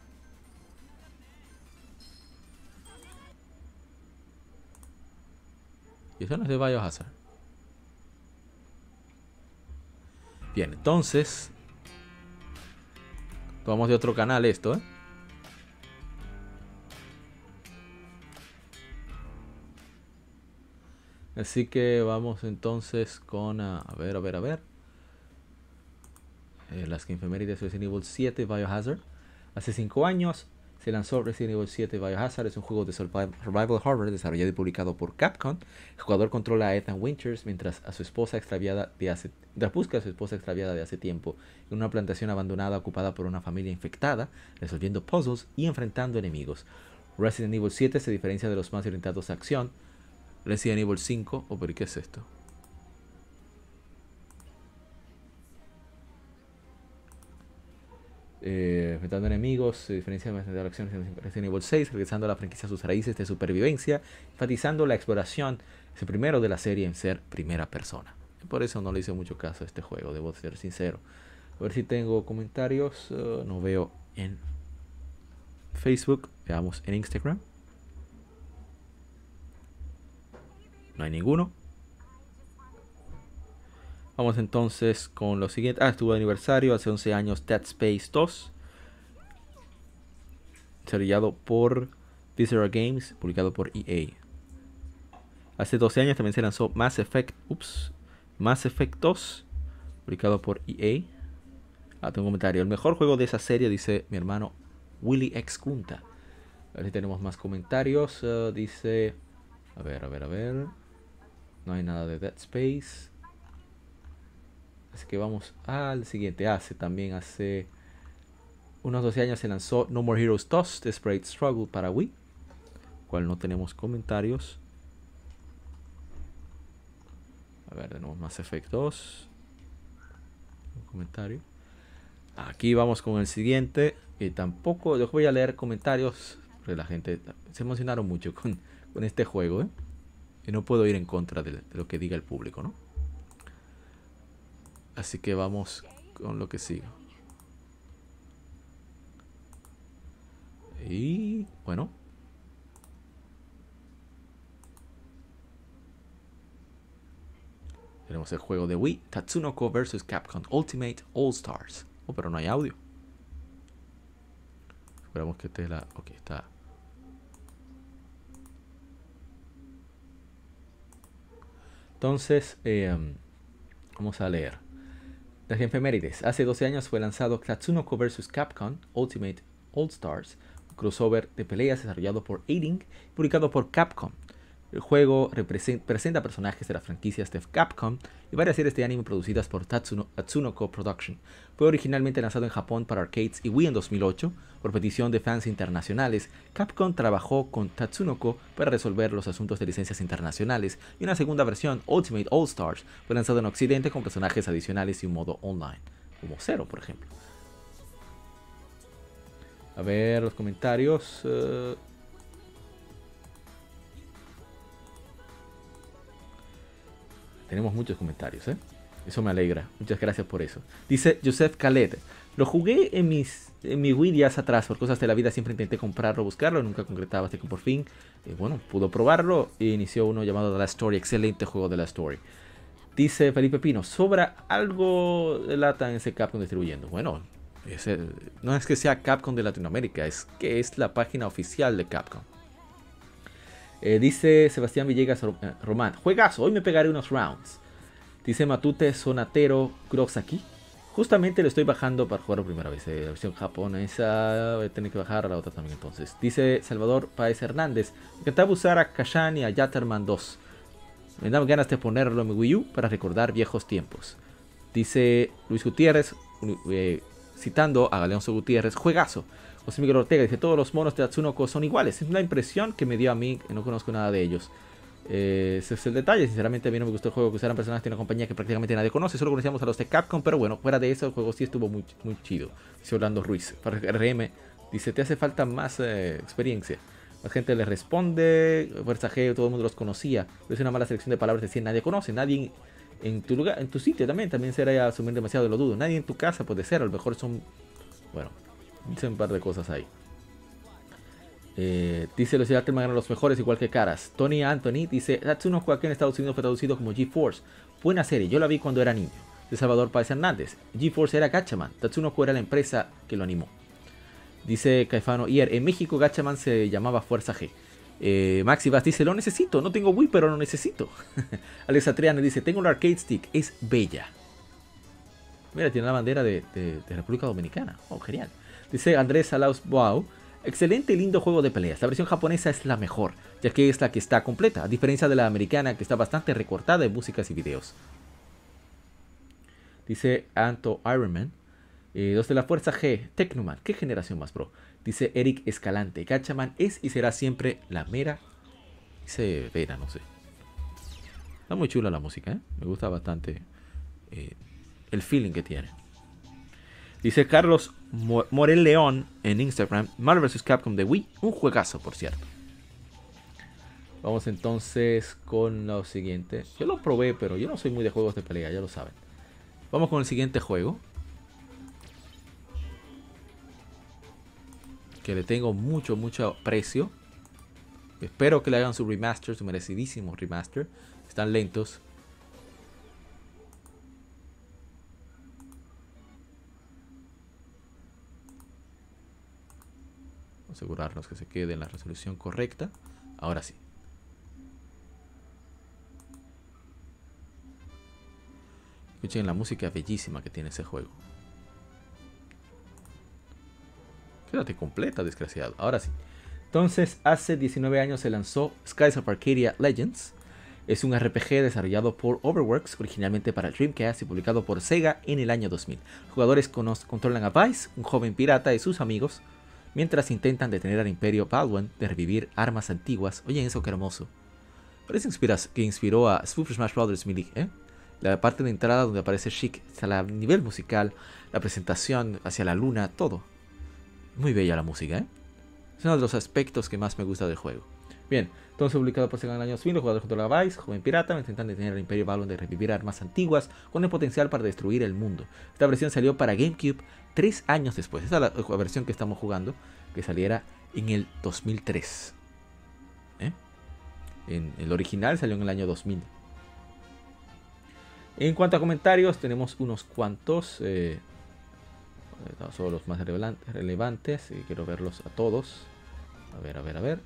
Y eso no es de Biohazard. Bien, entonces tomamos de otro canal esto, Así que vamos entonces con... a ver. Las efemérides de Resident Evil 7 Biohazard. Hace 5 años se lanzó Resident Evil 7 Biohazard. Es un juego de survival horror desarrollado y publicado por Capcom. El jugador controla a Ethan Winters mientras busca a su esposa extraviada de hace tiempo en una plantación abandonada ocupada por una familia infectada, resolviendo puzzles y enfrentando enemigos. Resident Evil 7 se diferencia de los más orientados a acción. Resident Evil 5... pero ¿qué es esto? Enfrentando enemigos, se diferencia de las acciones en Resident Evil 6, regresando a la franquicia a sus raíces de supervivencia, enfatizando la exploración, es el primero de la serie en ser primera persona. Por eso no le hice mucho caso a este juego, debo ser sincero. A ver si tengo comentarios. No veo en Facebook, veamos en Instagram. No hay ninguno. Vamos entonces con lo siguiente. Estuvo de aniversario hace 11 años Dead Space 2. Desarrollado por Visceral Games, publicado por EA. Hace 12 años también se lanzó Mass Effect 2, publicado por EA. Tengo un comentario. El mejor juego de esa serie, dice mi hermano Willy X Kunta. A ver si tenemos más comentarios. Dice... A ver. No hay nada de Dead Space. Así que vamos al siguiente. Hace unos 12 años se lanzó No More Heroes 2 Desperate Struggle para Wii, cual no tenemos comentarios. A ver, tenemos Mass Effect 2. Un comentario. Aquí vamos con el siguiente. Tampoco yo voy a leer comentarios, porque la gente se emocionaron mucho con este juego, y no puedo ir en contra de lo que diga el público, ¿no? Así que vamos con lo que sigue. Y bueno, tenemos el juego de Wii, Tatsunoko vs Capcom Ultimate All Stars. Pero no hay audio. Esperamos que esté la... Ok, está. Entonces, vamos a leer. Las efemérides. Hace 12 años fue lanzado Tatsunoko vs Capcom Ultimate All Stars, un crossover de peleas desarrollado por A-Link y publicado por Capcom. El juego presenta personajes de las franquicias de Capcom y varias series de anime producidas por Tatsunoko Production. Fue originalmente lanzado en Japón para arcades y Wii en 2008. Por petición de fans internacionales, Capcom trabajó con Tatsunoko para resolver los asuntos de licencias internacionales, y una segunda versión, Ultimate All Stars, fue lanzado en Occidente con personajes adicionales y un modo online, como Zero, por ejemplo. A ver los comentarios. Tenemos muchos comentarios, Eso me alegra. Muchas gracias por eso. Dice Joseph Khaled. Lo jugué en mi Wii días atrás. Por cosas de la vida siempre intenté comprarlo, buscarlo. Nunca concretaba hasta que por fin, pudo probarlo. E inició uno llamado The Last Story. Excelente juego de la Story. Dice Felipe Pino. Sobra algo de lata en ese Capcom distribuyendo. Bueno, no es que sea Capcom de Latinoamérica. Es que es la página oficial de Capcom. Dice Sebastián Villegas Román. Juegazo, hoy me pegaré unos rounds. Dice Matute Sonatero Kurosaki. Justamente lo estoy bajando para jugar por primera vez. La versión japonesa. Voy a tener que bajar a la otra también entonces. Dice Salvador Páez Hernández. Me encantaba usar a Kashan y a Yatterman 2. Me daban ganas de ponerlo en mi Wii U para recordar viejos tiempos. Dice Luis Gutiérrez. citando a Galeonso Gutiérrez, juegazo. José Miguel Ortega dice, todos los monos de Tatsunoko son iguales. Es la impresión que me dio a mí, que no conozco nada de ellos. Ese es el detalle. Sinceramente a mí no me gustó el juego que usaran personajes de una compañía que prácticamente nadie conoce. Solo conocíamos a los de Capcom, pero bueno, fuera de eso el juego sí estuvo muy chido. Dice Orlando Ruiz. Para RM dice, te hace falta más experiencia. La gente le responde, Fuerza G, todo el mundo los conocía. Pero es una mala selección de palabras, decir nadie conoce. Nadie en tu lugar, en tu sitio también será asumir demasiado, lo dudo. Nadie en tu casa puede ser, a lo mejor son... Bueno, dicen un par de cosas ahí. Dice Luis Alterman eran los mejores igual que Caras. Tony Anthony dice, Tatsunoko aquí en Estados Unidos fue traducido como GeForce. Buena serie, yo la vi cuando era niño. De Salvador Páez Hernández. GeForce era Gatchaman, Tatsunoko era la empresa que lo animó. Dice Caifano Ier, en México Gatchaman se llamaba Fuerza G. Maxi Bass dice, lo necesito, no tengo Wii pero lo necesito. Alex Atriano dice, tengo un arcade stick, es bella. Mira, tiene la bandera de República Dominicana. Oh, genial. Dice Andrés Salaus Wow, excelente y lindo juego de peleas. La versión japonesa es la mejor, ya que es la que está completa, a diferencia de la americana que está bastante recortada en músicas y videos. Dice Anto Ironman, los de la Fuerza G, Tecnoman, ¿qué generación más pro? Dice Eric Escalante, Gatchaman es y será siempre la mera. Dice Vera, no sé. Está muy chula la música, ¿eh? Me gusta bastante el feeling que tiene. Dice Carlos Morel León en Instagram, Marvel vs. Capcom de Wii, un juegazo por cierto. Vamos entonces con lo siguiente. Yo lo probé, pero yo no soy muy de juegos de pelea, ya lo saben. Vamos con el siguiente juego, que le tengo mucho aprecio. Espero que le hagan su remaster, su merecidísimo remaster. Están lentos. Asegurarnos que se quede en la resolución correcta. Ahora sí. Escuchen la música bellísima que tiene ese juego. Quédate completa, desgraciado. Ahora sí. Entonces, hace 19 años se lanzó Skies of Arcadia Legends. Es un RPG desarrollado por Overworks, originalmente para Dreamcast y publicado por Sega en el año 2000. Los jugadores controlan a Vice, un joven pirata y sus amigos, mientras intentan detener al Imperio Balwan de revivir armas antiguas. Oye, eso qué hermoso. Parece que inspiró a Super Smash Bros. Melee, ¿eh? La parte de entrada donde aparece Sheik, hasta el nivel musical, la presentación hacia la luna, todo. Muy bella la música, ¿eh? Es uno de los aspectos que más me gusta del juego. Bien, entonces publicado por Sega en el año 2000, los jugadores controlan a Vice, joven pirata, intentan detener al Imperio Balwan de revivir armas antiguas con el potencial para destruir el mundo. Esta versión salió para GameCube 3 años después. Esta es la versión que estamos jugando, que saliera en el 2003. En el original salió en el año 2000. En cuanto a comentarios, tenemos unos cuantos. Son los más relevantes y quiero verlos a todos. A ver.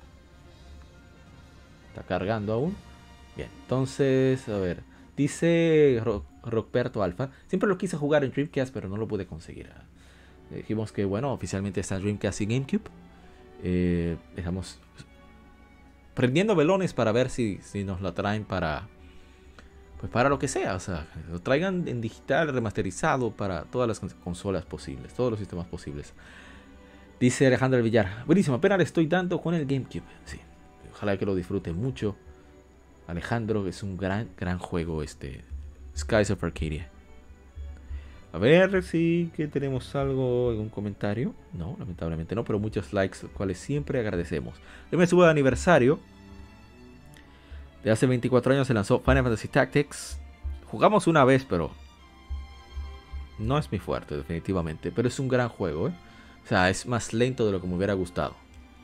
Está cargando aún. Bien, entonces, a ver. Dice Rockberto Alfa, siempre lo quise jugar en Dreamcast, pero no lo pude conseguir. Dijimos que, bueno, oficialmente está Dreamcast y GameCube. Estamos prendiendo velones para ver si nos la traen para... Pues para lo que sea, o sea, lo traigan en digital, remasterizado para todas las consolas posibles, todos los sistemas posibles. Dice Alejandro Villar, buenísimo, apenas le estoy dando con el GameCube. Sí, ojalá que lo disfrute mucho. Alejandro, es un gran juego este Skies of Arcadia. A ver si que tenemos algún comentario. No, lamentablemente no, pero muchos likes, los cuales siempre agradecemos. Yo me subo de aniversario. De hace 24 años se lanzó Final Fantasy Tactics. Jugamos una vez, pero no es mi fuerte, definitivamente. Pero es un gran juego, ¿eh? O sea, es más lento de lo que me hubiera gustado.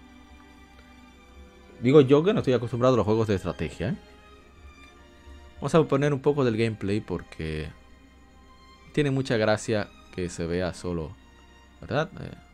Digo yo que no estoy acostumbrado a los juegos de estrategia, ¿eh? Vamos a poner un poco del gameplay porque tiene mucha gracia que se vea solo, ¿verdad?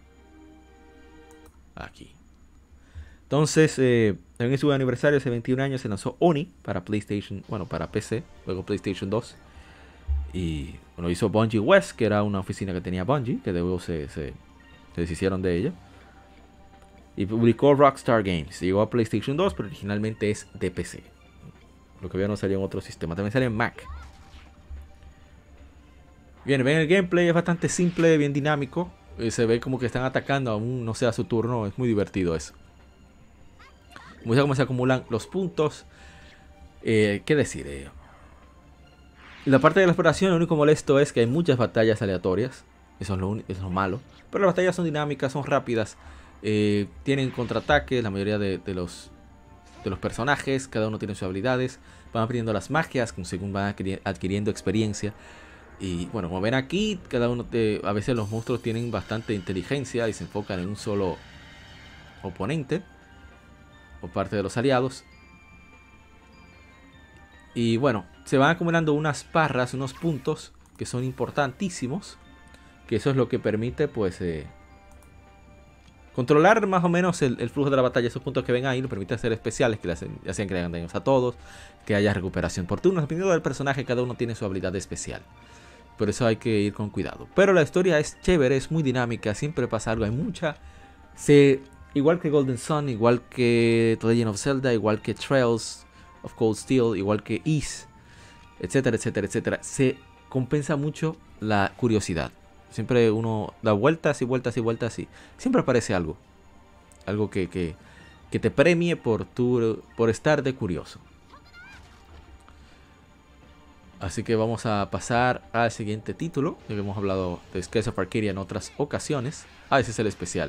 Aquí. Entonces, en su aniversario, hace 21 años, se lanzó Oni para PlayStation, bueno, para PC, luego PlayStation 2. Y lo hizo Bungie West, que era una oficina que tenía Bungie, que luego se deshicieron de ella. Y publicó Rockstar Games. Llegó a PlayStation 2, pero originalmente es de PC. Lo que había no salió en otro sistema. También sale en Mac. Bien, ven el gameplay, es bastante simple, bien dinámico. Se ve como que están atacando aún no sea su turno, es muy divertido eso. Mucha cómo se acumulan los puntos. ¿Qué decir? La parte de la exploración, lo único molesto es que hay muchas batallas aleatorias. Eso es lo malo. Pero las batallas son dinámicas, son rápidas. Tienen contraataques, la mayoría de los personajes. Cada uno tiene sus habilidades. Van aprendiendo las magias según van adquiriendo experiencia. Y bueno, como ven aquí, cada uno a veces los monstruos tienen bastante inteligencia y se enfocan en un solo oponente o parte de los aliados. Y bueno, se van acumulando unas barras, unos puntos que son importantísimos. Que eso es lo que permite pues controlar más o menos el flujo de la batalla. Esos puntos que ven ahí lo permite hacer especiales que le hacen que le hagan daños a todos. Que haya recuperación por turnos. Dependiendo del personaje, cada uno tiene su habilidad especial. Por eso hay que ir con cuidado. Pero la historia es chévere, es muy dinámica. Siempre pasa algo, hay mucha. Igual que Golden Sun, igual que The Legend of Zelda, igual que Trails of Cold Steel, igual que Ys, etcétera, etcétera, etcétera. Se compensa mucho la curiosidad. Siempre uno da vueltas y vueltas y vueltas y siempre aparece algo. Algo que te premie por estar de curioso. Así que vamos a pasar al siguiente título. Ya que hemos hablado de Skies of Arcadia en otras ocasiones. Ese es el especial.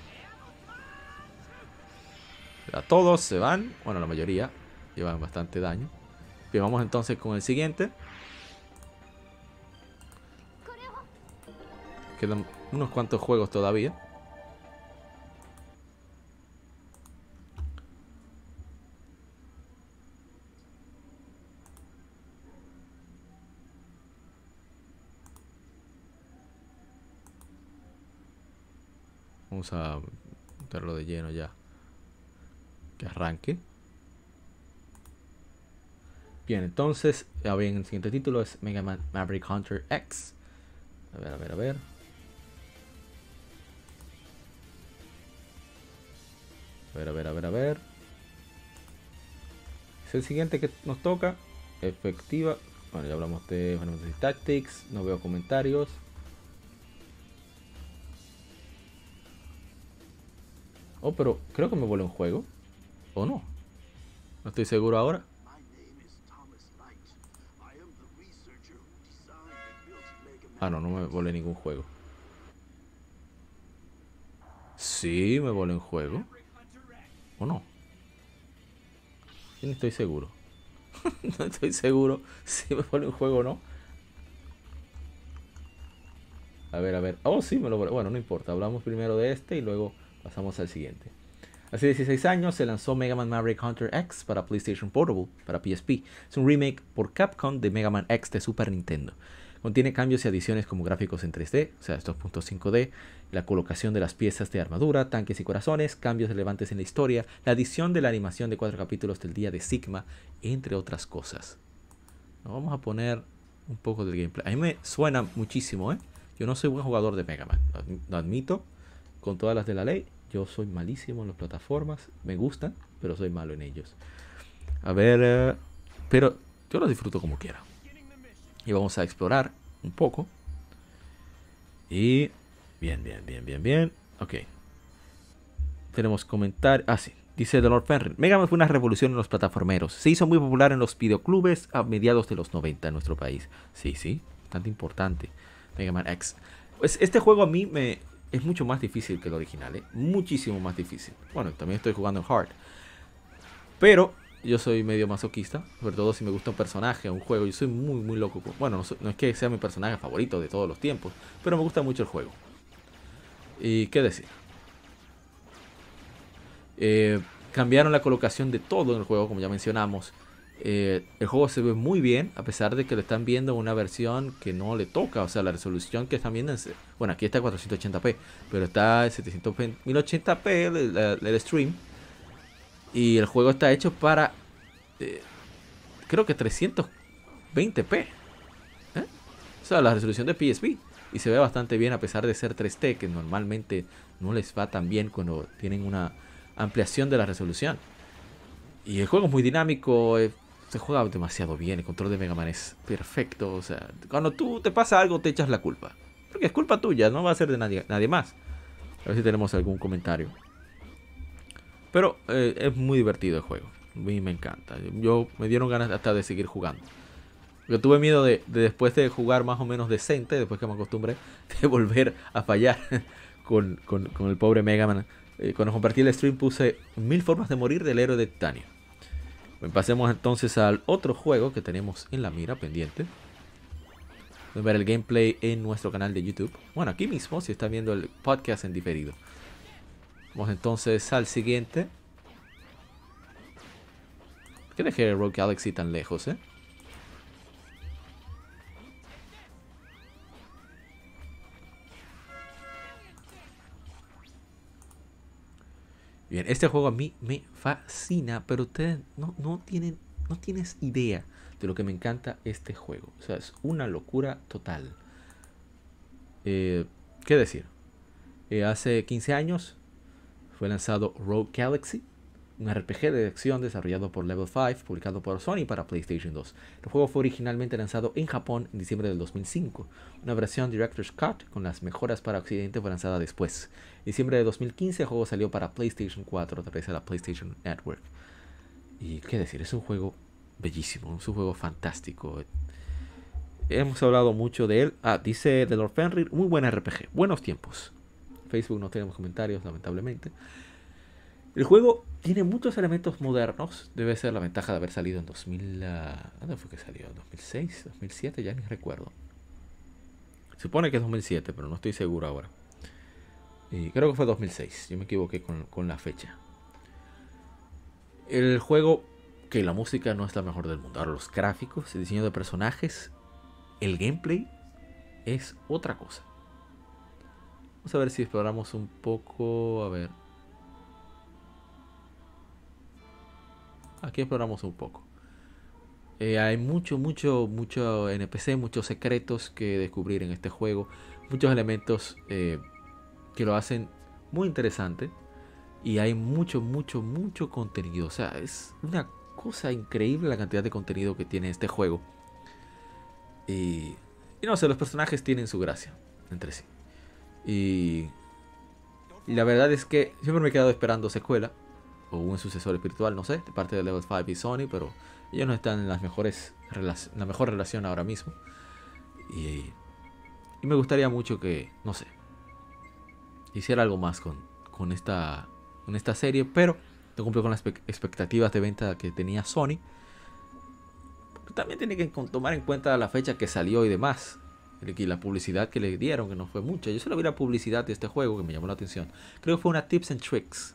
Ya todos se van. Bueno, la mayoría llevan bastante daño. Bien, vamos entonces con el siguiente. Quedan unos cuantos juegos todavía. Vamos a meterlo de lleno ya. Que arranque. Bien, entonces, ya ven, el siguiente título es Mega Man Maverick Hunter X. A ver, a ver, a ver. A ver, a ver, a ver, a ver. Es el siguiente que nos toca. Efectiva. Bueno, ya hablamos de Final Fantasy Tactics. No veo comentarios. Oh, pero creo que me volé un juego. ¿O no? No estoy seguro ahora. Ah, no, no me volé ningún juego. Sí, me volé un juego. ¿O no? Yo no estoy seguro. No estoy seguro si me volé un juego o no. A ver, a ver. Oh, sí, me lo volé. Bueno, no importa. Hablamos primero de este y luego pasamos al siguiente. Hace 16 años se lanzó Mega Man Maverick Hunter X para PlayStation Portable, para PSP. Es un remake por Capcom de Mega Man X de Super Nintendo. Contiene cambios y adiciones como gráficos en 3D, o sea, estos puntos 5D, la colocación de las piezas de armadura, tanques y corazones, cambios relevantes en la historia, la adición de la animación de 4 capítulos del día de Sigma, entre otras cosas. Nos vamos a poner un poco del gameplay. A mí me suena muchísimo, ¿eh? Yo no soy buen jugador de Mega Man, lo admito, con todas las de la ley. Yo soy malísimo en las plataformas, me gustan, pero soy malo en ellos. A ver, pero yo los disfruto como quiera. Y vamos a explorar un poco. Y bien, bien, bien, bien, bien. Ok. Tenemos comentar. Ah, sí. Dice The Lord Fenrir. Mega Man fue una revolución en los plataformeros. Se hizo muy popular en los videoclubes a mediados de los 90 en nuestro país. Sí, sí. Bastante importante. Mega Man X. Pues este juego a mí es mucho más difícil que el original, ¿eh? Muchísimo más difícil. Bueno, también estoy jugando en hard. Pero yo soy medio masoquista, sobre todo si me gusta un personaje o un juego. Yo soy muy, muy loco. Bueno, no es que sea mi personaje favorito de todos los tiempos, pero me gusta mucho el juego. ¿Y qué decir? Cambiaron la colocación de todo en el juego, como ya mencionamos. El juego se ve muy bien, a pesar de que lo están viendo en una versión que no le toca. O sea, la resolución que están viendo es, bueno, aquí está 480p, pero está en 1080p el stream. Y el juego está hecho para creo que 320p, o sea, la resolución de PSP. Y se ve bastante bien a pesar de ser 3D, que normalmente no les va tan bien cuando tienen una ampliación de la resolución. Y el juego es muy dinámico, se juega demasiado bien. El control de Mega Man es perfecto. O sea, cuando tú te pasa algo, te echas la culpa. Porque es culpa tuya, no va a ser de nadie más. A ver si tenemos algún comentario. Pero es muy divertido el juego. A mí me encanta. Me dieron ganas hasta de seguir jugando. Yo tuve miedo de después de jugar más o menos decente, después que me acostumbré, de volver a fallar con el pobre Mega Man. Cuando compartí el stream puse 1000 formas de morir del héroe de titanio. Bueno, pasemos entonces al otro juego que tenemos en la mira pendiente. Pueden ver el gameplay en nuestro canal de YouTube. Bueno, aquí mismo si están viendo el podcast en diferido. Vamos entonces al siguiente. ¿Por qué dejé Rogue Galaxy tan lejos, Bien, este juego a mí me fascina, pero ustedes no tienes idea de lo que me encanta este juego. O sea, es una locura total. ¿Qué decir? Hace 15 años fue lanzado Rogue Galaxy, un RPG de acción desarrollado por Level 5, publicado por Sony para PlayStation 2. El juego fue originalmente lanzado en Japón en diciembre del 2005. Una versión Director's Cut con las mejoras para Occidente fue lanzada después. En diciembre de 2015 el juego salió para PlayStation 4 a través de la PlayStation Network. Y qué decir, es un juego bellísimo, es un juego fantástico. Hemos hablado mucho de él. Dice The Lord Fenrir, muy buen RPG, buenos tiempos. Facebook no tenemos comentarios, lamentablemente. El juego tiene muchos elementos modernos. Debe ser la ventaja de haber salido en 2000... ¿Dónde fue que salió? ¿2006? ¿2007? Ya ni recuerdo. Se supone que es 2007, pero no estoy seguro ahora. Y creo que fue 2006. Yo me equivoqué con la fecha. El juego, que la música no es la mejor del mundo. Ahora los gráficos, el diseño de personajes, el gameplay es otra cosa. Vamos a ver si exploramos un poco. A ver. Aquí exploramos un poco. Hay mucho NPC, muchos secretos que descubrir en este juego. Muchos elementos que lo hacen muy interesante. Y hay mucho contenido. O sea, es una cosa increíble la cantidad de contenido que tiene este juego. Y no sé, los personajes tienen su gracia entre sí. Y la verdad es que siempre me he quedado esperando secuela o un sucesor espiritual, no sé, de parte de Level 5 y Sony, pero ellos no están en la mejor relación ahora mismo. Y me gustaría mucho que, no sé, hiciera algo más con esta serie, pero no cumple con las expectativas de venta que tenía Sony. También tiene que tomar en cuenta la fecha que salió y demás. Y la publicidad que le dieron, que no fue mucha. Yo solo vi la publicidad de este juego que me llamó la atención. Creo que fue una Tips and Tricks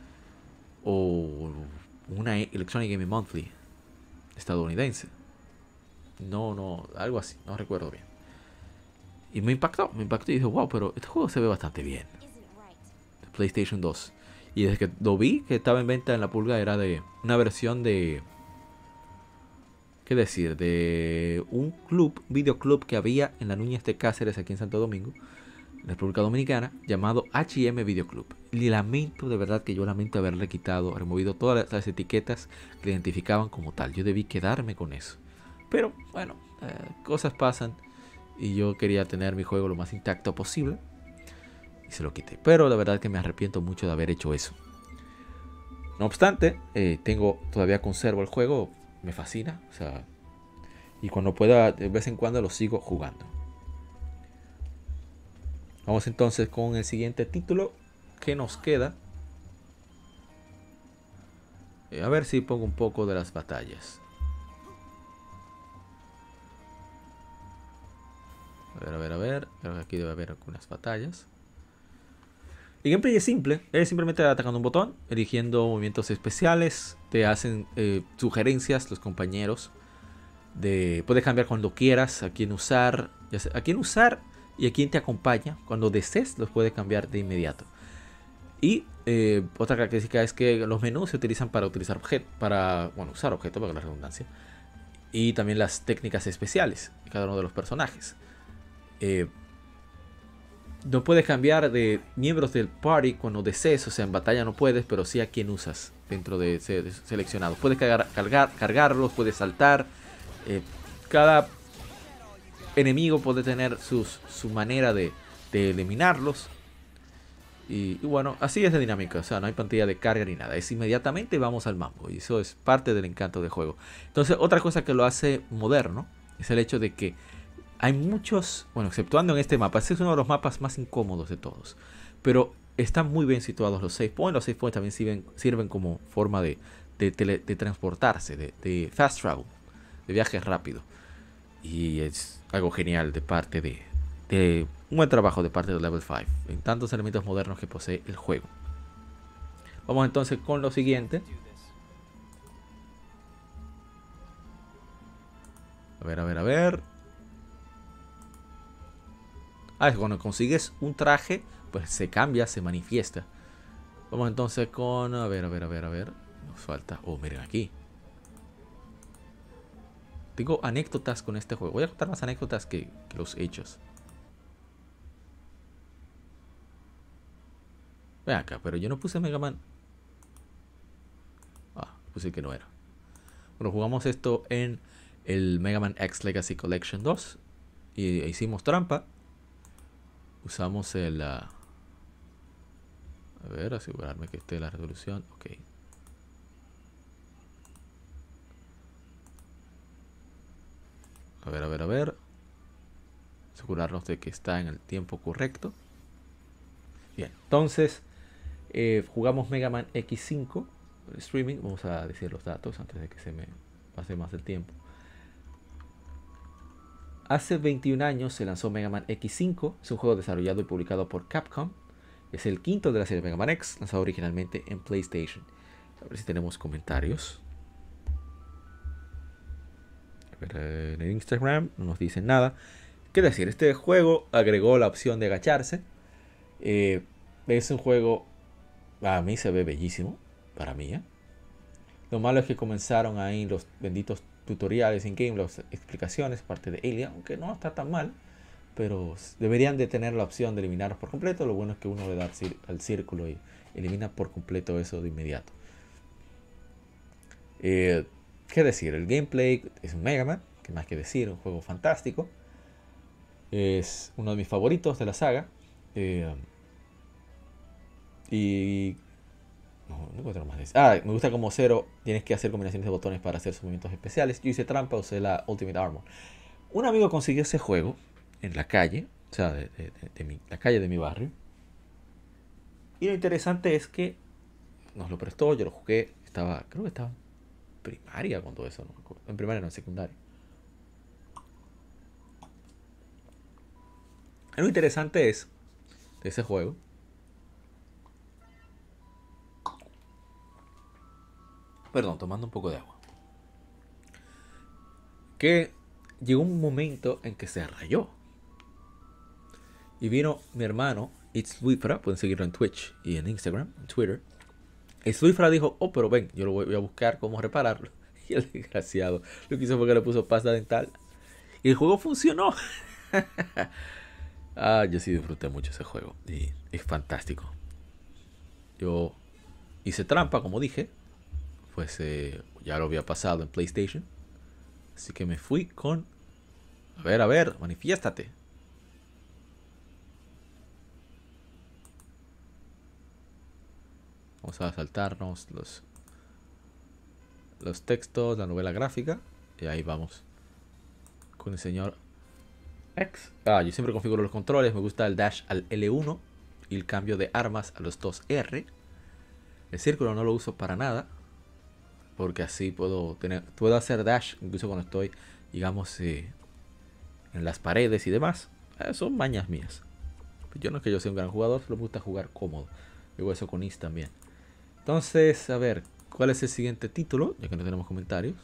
o una Electronic Gaming Monthly estadounidense. No, algo así, no recuerdo bien. Y me impactó y dije, wow, pero este juego se ve bastante bien. De PlayStation 2. Y desde que lo vi, que estaba en venta en la pulga, era de una versión de... ¿Qué decir? De un videoclub que había en la Núñez de Cáceres, aquí en Santo Domingo, en República Dominicana, llamado H&M Videoclub. Y lamento, de verdad que yo lamento haberle removido todas las etiquetas que le identificaban como tal. Yo debí quedarme con eso. Pero, bueno, cosas pasan. Y yo quería tener mi juego lo más intacto posible. Y se lo quité. Pero la verdad que me arrepiento mucho de haber hecho eso. No obstante, todavía conservo el juego. Me fascina, o sea, y cuando pueda, de vez en cuando lo sigo jugando. Vamos entonces con el siguiente título que nos queda. A ver si pongo un poco de las batallas. A ver. Creo que aquí debe haber algunas batallas. El gameplay es simple, es simplemente atacando un botón, eligiendo movimientos especiales, te hacen sugerencias los compañeros, puedes cambiar cuando quieras a quién usar, y a quién te acompaña, cuando desees los puedes cambiar de inmediato. Y otra característica es que los menús se utilizan para usar objetos, para la redundancia, y también las técnicas especiales de cada uno de los personajes. No puedes cambiar de miembros del party cuando desees, o sea, en batalla no puedes, pero sí a quién usas dentro de seleccionados. Puedes cargarlos, puedes saltar. Cada enemigo puede tener su manera de eliminarlos. Y bueno, así es de dinámica, o sea, no hay pantalla de carga ni nada. Es inmediatamente vamos al mambo y eso es parte del encanto del juego. Entonces, otra cosa que lo hace moderno es el hecho de que hay muchos, bueno, exceptuando en este mapa, este es uno de los mapas más incómodos de todos. Pero están muy bien situados los save points. Los save points también sirven como forma de transportarse, de fast travel, de viaje rápido. Y es algo genial de parte de un buen trabajo de parte de Level 5 en tantos elementos modernos que posee el juego. Vamos entonces con lo siguiente. A ver. Cuando consigues un traje, pues se cambia, se manifiesta. Vamos entonces con... A ver. Nos falta... Oh, miren aquí. Tengo anécdotas con este juego. Voy a contar más anécdotas que los hechos. Ven acá, pero yo no puse Mega Man. Puse que no era. Bueno, jugamos esto en el Mega Man X Legacy Collection 2. Y hicimos trampa. Usamos el... A ver, asegurarme que esté la resolución. Ok. A ver. Asegurarnos de que está en el tiempo correcto. Bien, entonces jugamos Mega Man X5 streaming. Vamos a decir los datos antes de que se me pase más el tiempo. Hace 21 años se lanzó Mega Man X5. Es un juego desarrollado y publicado por Capcom. Es el quinto de la serie Mega Man X, lanzado originalmente en PlayStation. A ver si tenemos comentarios. A ver, en el Instagram no nos dicen nada. ¿Qué decir? Este juego agregó la opción de agacharse. Es un juego, a mí se ve bellísimo, para mí. Lo malo es que comenzaron ahí los benditos tutoriales in game, las explicaciones, parte de Alien, aunque no está tan mal, pero deberían de tener la opción de eliminarlos por completo. Lo bueno es que uno le da al círculo y elimina por completo eso de inmediato. ¿Qué decir? El gameplay es un Mega Man, que más que decir, un juego fantástico. Es uno de mis favoritos de la saga. Y no encuentro más de eso. Me gusta como Zero tienes que hacer combinaciones de botones para hacer sus movimientos especiales. Yo hice trampa, usé la Ultimate Armor. Un amigo consiguió ese juego en la calle, o sea, la calle de mi barrio. Y lo interesante es que nos lo prestó, yo lo jugué, creo que estaba en primaria con todo eso, no me acuerdo. En primaria no, en secundaria. Lo interesante es de ese juego tomando un poco de agua, que llegó un momento en que se rayó y vino mi hermano It's Wifra, pueden seguirlo en Twitch y en Instagram, en Twitter. It's Wifra dijo, pero ven, yo lo voy a buscar cómo repararlo. Y el desgraciado lo que hizo fue que le puso pasta dental y el juego funcionó. Yo sí disfruté mucho ese juego y es fantástico. Yo hice trampa, como dije, pues ya lo había pasado en PlayStation, así que me fui con... A ver, manifiéstate. Vamos a saltarnos los textos, la novela gráfica, y ahí vamos con el señor X. Yo siempre configuro los controles, me gusta el dash al L1 y el cambio de armas a los 2R. El círculo no lo uso para nada, porque así puedo hacer dash incluso cuando estoy, digamos, en las paredes y demás. Son mañas mías. Yo no es que yo sea un gran jugador, solo me gusta jugar cómodo. Digo eso con Is también. Entonces, a ver, ¿cuál es el siguiente título? Ya que no tenemos comentarios.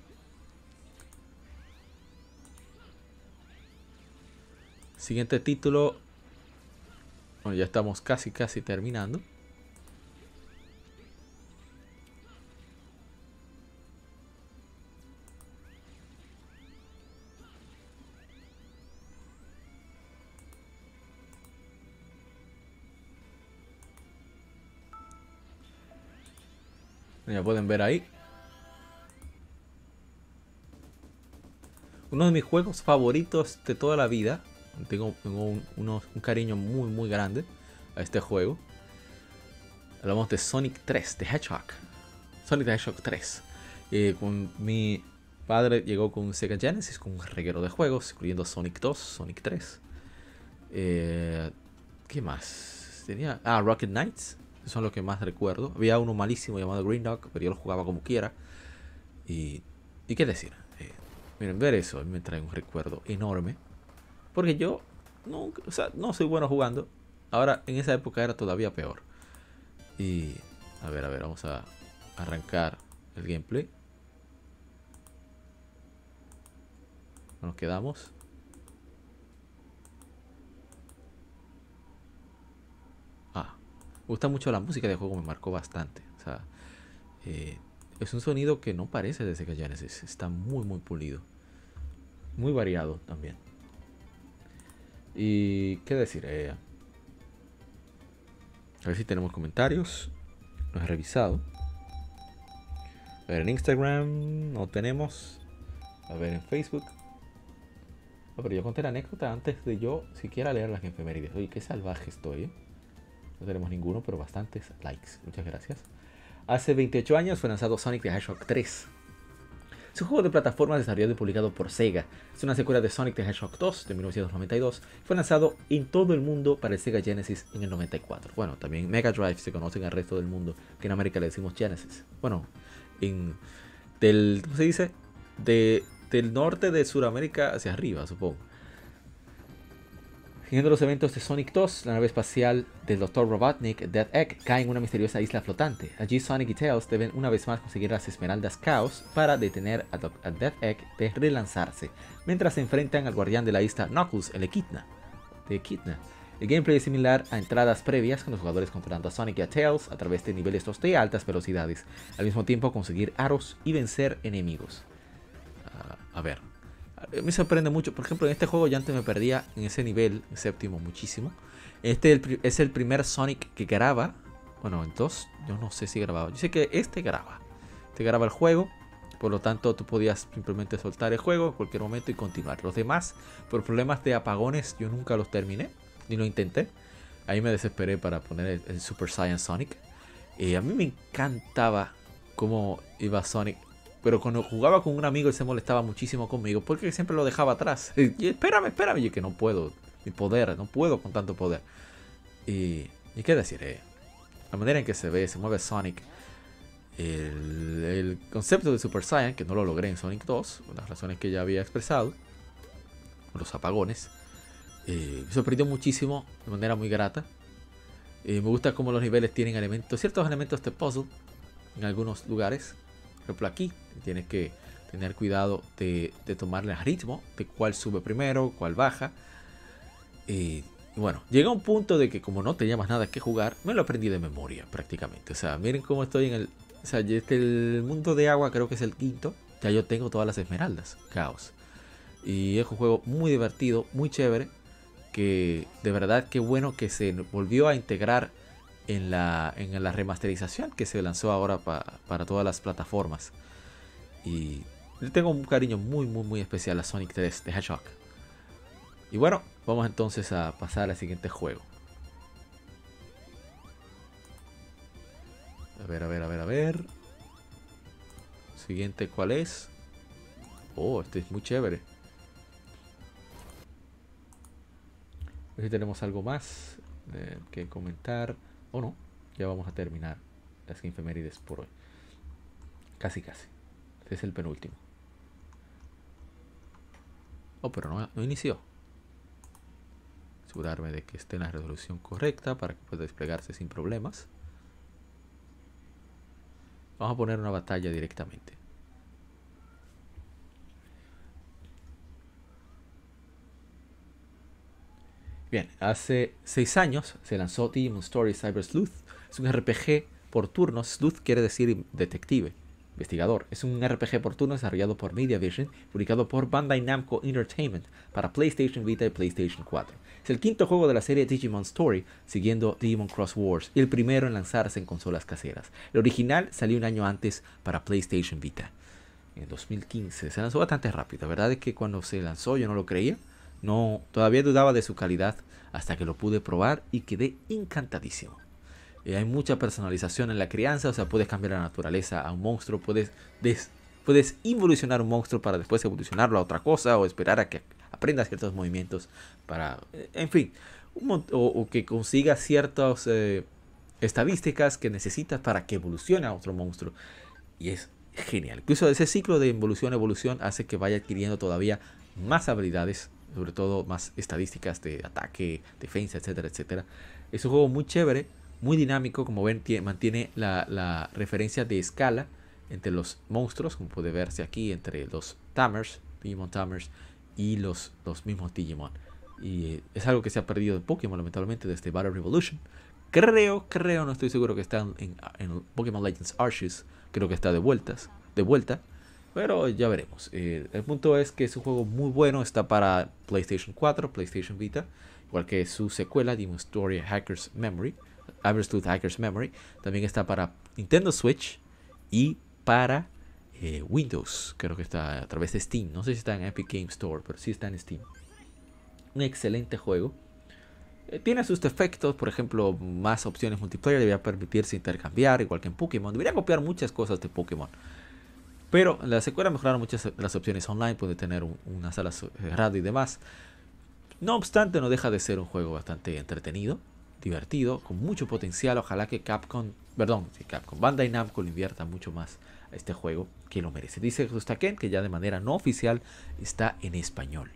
Siguiente título. Bueno, ya estamos casi terminando. Ya pueden ver ahí. Uno de mis juegos favoritos de toda la vida. Tengo un cariño muy grande a este juego. Hablamos de Sonic 3, de Hedgehog. Sonic the Hedgehog 3. Con mi padre llegó con un Sega Genesis, con un reguero de juegos, incluyendo Sonic 2, Sonic 3. ¿Qué más? Tenía Rocket Knights. Son los que más recuerdo. Había uno malísimo llamado Green Dog, pero yo lo jugaba como quiera. Y qué decir. Miren, ver eso a mí me trae un recuerdo enorme. Porque yo no soy bueno jugando. Ahora, en esa época era todavía peor. Y a ver, vamos a arrancar el gameplay. Nos quedamos. Me gusta mucho la música del juego, me marcó bastante. O sea, es un sonido que no parece de Sega Genesis. Está muy pulido. Muy variado también. Y qué decir, a ver si tenemos comentarios. No he revisado. A ver, en Instagram no tenemos. A ver, en Facebook. Pero yo conté la anécdota antes de yo siquiera leer las efemérides. Oye, qué salvaje estoy, No tenemos ninguno, pero bastantes likes. Muchas gracias. Hace 28 años fue lanzado Sonic the Hedgehog 3. Es un juego de plataformas desarrollado y publicado por Sega. Es una secuela de Sonic the Hedgehog 2 de 1992. Fue lanzado en todo el mundo para el Sega Genesis en el 94. Bueno, también Mega Drive se conoce en el resto del mundo, que en América le decimos Genesis. Bueno, ¿cómo se dice? Del norte de Sudamérica hacia arriba, supongo. Siguiendo los eventos de Sonic 2, la nave espacial del Dr. Robotnik, Death Egg, cae en una misteriosa isla flotante. Allí Sonic y Tails deben una vez más conseguir las Esmeraldas Chaos para detener a Death Egg de relanzarse, mientras se enfrentan al guardián de la isla Knuckles, el Echidna. El gameplay es similar a entradas previas, con los jugadores controlando a Sonic y a Tails a través de niveles 2 de altas velocidades, al mismo tiempo conseguir aros y vencer enemigos. A ver, me sorprende mucho. Por ejemplo, en este juego ya antes me perdía en ese nivel, el séptimo, muchísimo. Este es el primer Sonic que graba. Bueno, en 2 yo no sé si grababa. Yo sé que este graba. Este graba el juego. Por lo tanto, tú podías simplemente soltar el juego en cualquier momento y continuar. Los demás, por problemas de apagones, yo nunca los terminé. Ni lo intenté. Ahí me desesperé para poner el Super Saiyan Sonic. A mí me encantaba cómo iba Sonic. Pero cuando jugaba con un amigo él se molestaba muchísimo conmigo porque siempre lo dejaba atrás. Y espérame. Yo que no puedo. Mi poder, no puedo con tanto poder. Y qué decir, la manera en que se mueve Sonic. El concepto de Super Saiyan, que no lo logré en Sonic 2, por las razones que ya había expresado. Los apagones. Me sorprendió muchísimo, de manera muy grata. Me gusta cómo los niveles tienen ciertos elementos de puzzle en algunos lugares. Por ejemplo, aquí tienes que tener cuidado de tomarle el ritmo, de cuál sube primero, cuál baja. Y bueno, llega un punto de que como no tenía más nada que jugar, me lo aprendí de memoria prácticamente. O sea, miren cómo estoy en el mundo de agua, creo que es el quinto. Ya yo tengo todas las esmeraldas, caos. Y es un juego muy divertido, muy chévere. Que de verdad qué bueno que se volvió a integrar en la remasterización que se lanzó ahora para todas las plataformas. Y le tengo un cariño muy especial a Sonic 3 The Hedgehog. Y bueno, vamos entonces a pasar al siguiente juego. A ver. Siguiente, ¿cuál es? Oh, este es muy chévere. A ver si tenemos algo más que comentar. O no, ya vamos a terminar las efemérides por hoy. Casi. Este es el penúltimo. Oh, pero no inició. Asegurarme de que esté en la resolución correcta para que pueda desplegarse sin problemas. Vamos a poner una batalla directamente. Bien, hace 6 años se lanzó Digimon Story Cyber Sleuth. Es un RPG por turnos. Sleuth quiere decir detective. Investigador. Es un RPG por turno desarrollado por Mediavision, publicado por Bandai Namco Entertainment para PlayStation Vita y PlayStation 4. Es el quinto juego de la serie Digimon Story, siguiendo Digimon Cross Wars, y el primero en lanzarse en consolas caseras. El original salió un año antes para PlayStation Vita, en 2015. Se lanzó bastante rápido. La verdad es que cuando se lanzó yo no lo creía. Todavía dudaba de su calidad hasta que lo pude probar y quedé encantadísimo. Hay mucha personalización en la crianza, o sea, puedes cambiar la naturaleza a un monstruo, puedes involucionar un monstruo para después evolucionarlo a otra cosa, o esperar a que aprenda ciertos movimientos para, en fin, o que consiga ciertas estadísticas que necesitas para que evolucione a otro monstruo. Y es genial. Incluso ese ciclo de evolución hace que vaya adquiriendo todavía más habilidades, sobre todo más estadísticas de ataque, defensa, etcétera, etcétera. Es un juego muy chévere, muy dinámico. Como ven, mantiene la referencia de escala entre los monstruos, como puede verse aquí, entre los Tamers, Digimon Tamers, y los mismos Digimon. Y es algo que se ha perdido en Pokémon, lamentablemente, desde Battle Revolution. Creo, no estoy seguro que está en Pokémon Legends Arceus. Creo que está de vuelta, pero ya veremos. El punto es que es un juego muy bueno. Está para PlayStation 4, PlayStation Vita, igual que su secuela, Demon Story Hacker's Memory. Abertooth Hacker's Memory. También está para Nintendo Switch y para Windows. Creo que está a través de Steam. No sé si está en Epic Game Store, pero sí está en Steam. Un excelente juego. Tiene sus defectos, por ejemplo, más opciones multiplayer. Debería permitirse intercambiar, igual que en Pokémon. Debería copiar muchas cosas de Pokémon. Pero en la secuela mejoraron muchas de las opciones online. Puede tener una sala cerrada y demás. No obstante, no deja de ser un juego bastante entretenido, divertido, con mucho potencial. Ojalá que Bandai Namco le invierta mucho más a este juego, que lo merece. Dice Justaken que ya de manera no oficial está en español.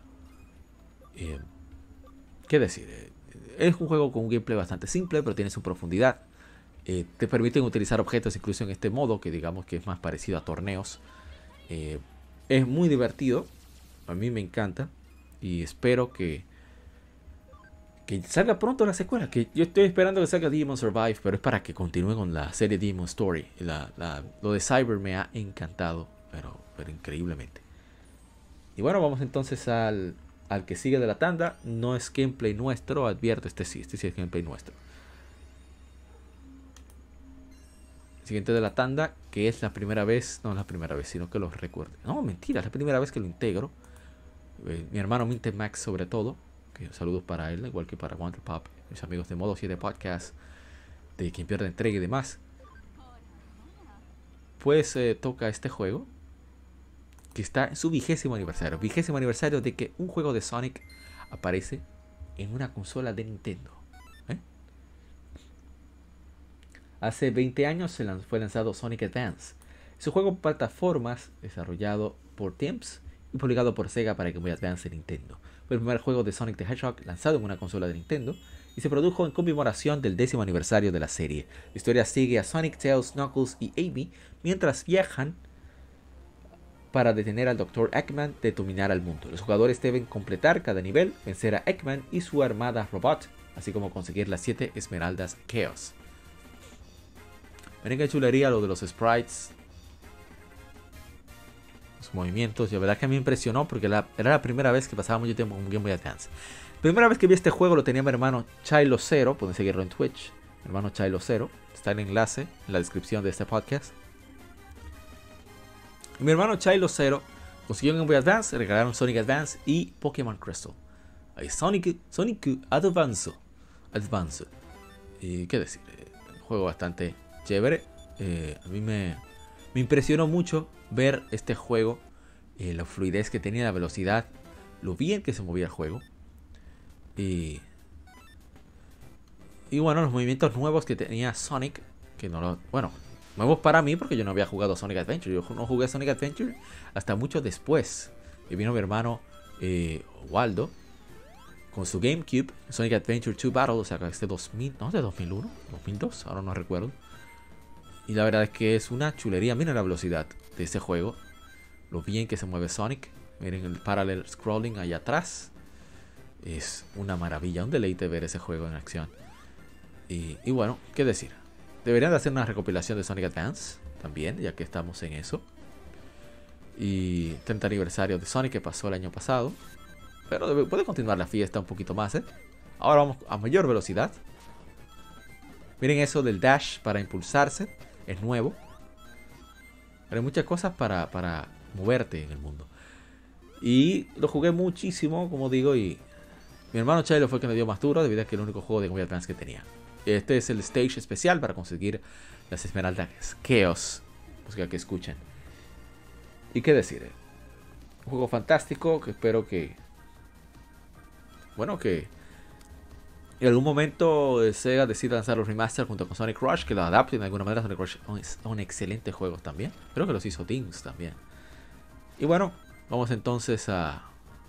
¿Qué decir? Es un juego con un gameplay bastante simple, pero tiene su profundidad. Te permiten utilizar objetos incluso en este modo, que digamos que es más parecido a torneos. Es muy divertido, a mí me encanta, y espero que salga pronto la secuela. Que yo estoy esperando que salga Digimon Survive, pero es para que continúe con la serie Digimon Story. Lo de Cyber me ha encantado, pero increíblemente. Y bueno, vamos entonces al que sigue de la tanda. No es gameplay nuestro, advierto, este sí es gameplay nuestro. Siguiente de la tanda, que es la primera vez, no es la primera vez, sino que lo recuerdo. No, mentira, es la primera vez que lo integro. Mi hermano Mintemax sobre todo, que saludos para él, igual que para Wonderpop, mis amigos de Modo 7 Podcast, de Quien Pierde Entrega y demás. Pues toca este juego, que está en su 20º aniversario. 20º aniversario de que un juego de Sonic aparece en una consola de Nintendo. Hace 20 años fue lanzado Sonic Advance. Es un juego de plataformas desarrollado por Timps y publicado por Sega para Game Boy Advance de Nintendo. Fue el primer juego de Sonic the Hedgehog lanzado en una consola de Nintendo y se produjo en conmemoración del 10º aniversario de la serie. La historia sigue a Sonic, Tails, Knuckles y Amy mientras viajan para detener al Dr. Eggman de dominar al mundo. Los jugadores deben completar cada nivel, vencer a Eggman y su armada robot, así como conseguir las 7 esmeraldas Chaos. Miren qué chulería lo de los sprites, los movimientos. La verdad que me impresionó porque era la primera vez que pasaba mucho tiempo con Game Boy Advance. Primera vez que vi este juego lo tenía mi hermano Chilo0. Pueden seguirlo en Twitch. Mi hermano Chilo0. Está el enlace en la descripción de este podcast. Y mi hermano Chilo0 consiguió un Game Boy Advance. Le regalaron Sonic Advance y Pokémon Crystal. Ahí Sonic Advance. Y qué decir. Un juego bastante chévere. A mí me impresionó mucho ver este juego, la fluidez que tenía, la velocidad, lo bien que se movía el juego y bueno, los movimientos nuevos que tenía Sonic, que nuevos para mí porque yo no había jugado Sonic Adventure. Yo no jugué Sonic Adventure hasta mucho después, y vino mi hermano Waldo con su GameCube, Sonic Adventure 2 Battle, o sea, este 2001, 2002, ahora no recuerdo. Y la verdad es que es una chulería. Miren la velocidad de ese juego, lo bien que se mueve Sonic. Miren el parallel scrolling allá atrás. Es una maravilla, un deleite ver ese juego en acción. Y bueno, qué decir. Deberían de hacer una recopilación de Sonic Advance. también, ya que estamos en eso. Y 30 aniversario de Sonic que pasó el año pasado. Pero puede continuar la fiesta un poquito más, ¿eh? Ahora vamos a mayor velocidad. Miren eso del dash para impulsarse. Es nuevo. Pero hay muchas cosas para moverte en el mundo. Y lo jugué muchísimo, como digo. Y mi hermano Chilo fue el que me dio más duro, debido a que era el único juego de Game Boy Advance que tenía. Este es el stage especial para conseguir las esmeraldas Chaos. Música que escuchen. Y qué decir. Un juego fantástico que espero que... Bueno, que en algún momento Sega decida lanzar los remasters junto con Sonic Rush, que lo adapten de alguna manera. Sonic Rush es un excelente juego también. Creo que los hizo Dings también. Y bueno, vamos entonces a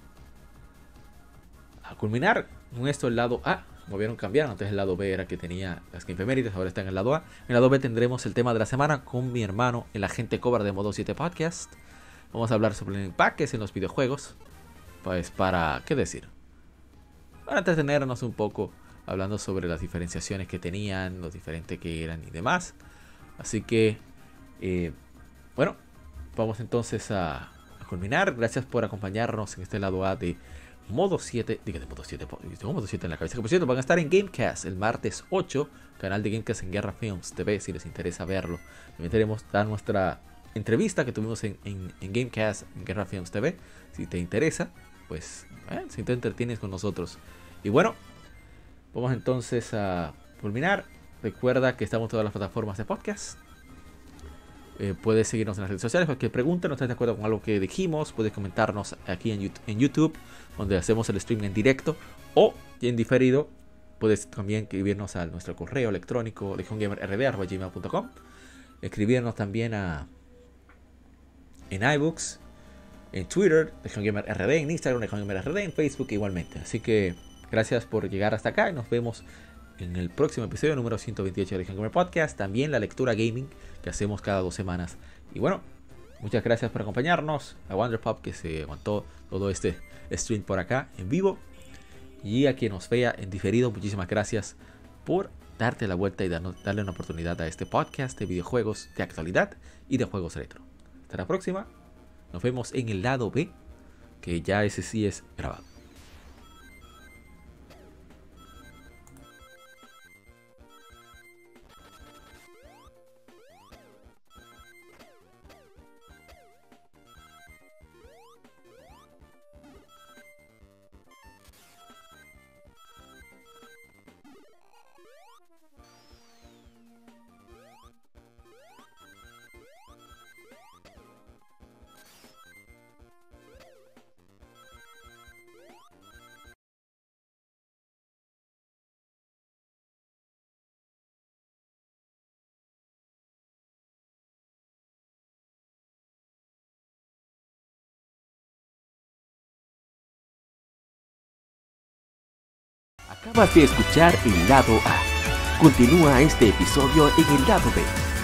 culminar con esto el lado A. Movieron, cambiaron. Antes el lado B era que tenía las Game Efemérides, ahora está en el lado A. En el lado B tendremos el tema de la semana con mi hermano, el agente Cobra de Modo 7 Podcast. Vamos a hablar sobre empaques en los videojuegos. Pues para, ¿qué decir? Para entretenernos un poco, hablando sobre las diferenciaciones que tenían, lo diferente que eran y demás. Así que, bueno, vamos entonces a culminar. Gracias por acompañarnos en este lado A de Modo 7. Diga de Modo 7, tengo Modo 7 en la cabeza. Que por cierto, van a estar en Gamecast el martes 8, canal de Gamecast en Guerra Films TV, si les interesa verlo. También tenemos nuestra entrevista que tuvimos en Gamecast en Guerra Films TV. Si te interesa, pues si te entretienes con nosotros. Y bueno, vamos entonces a culminar. Recuerda que estamos en todas las plataformas de podcast. Puedes seguirnos en las redes sociales. Cualquier pregunta, no estás de acuerdo con algo que dijimos, puedes comentarnos aquí en YouTube, donde hacemos el stream en directo, o en diferido. Puedes también escribirnos a nuestro correo electrónico legiongamerrd@gmail.com. Escribirnos también en iBooks, en Twitter, legiongamerrd, en Instagram, legiongamerrd, en Facebook igualmente. Así que gracias por llegar hasta acá y nos vemos en el próximo episodio número 128 de Legion Gamer Podcast. También la lectura gaming que hacemos cada 2 semanas. Y bueno, muchas gracias por acompañarnos. A Wonderpop que se aguantó todo este stream por acá en vivo. Y a quien nos vea en diferido, muchísimas gracias por darte la vuelta y darle una oportunidad a este podcast de videojuegos de actualidad y de juegos retro. Hasta la próxima. Nos vemos en el lado B, que ya ese sí es grabado. Acabas de escuchar el lado A. Continúa este episodio en el lado B.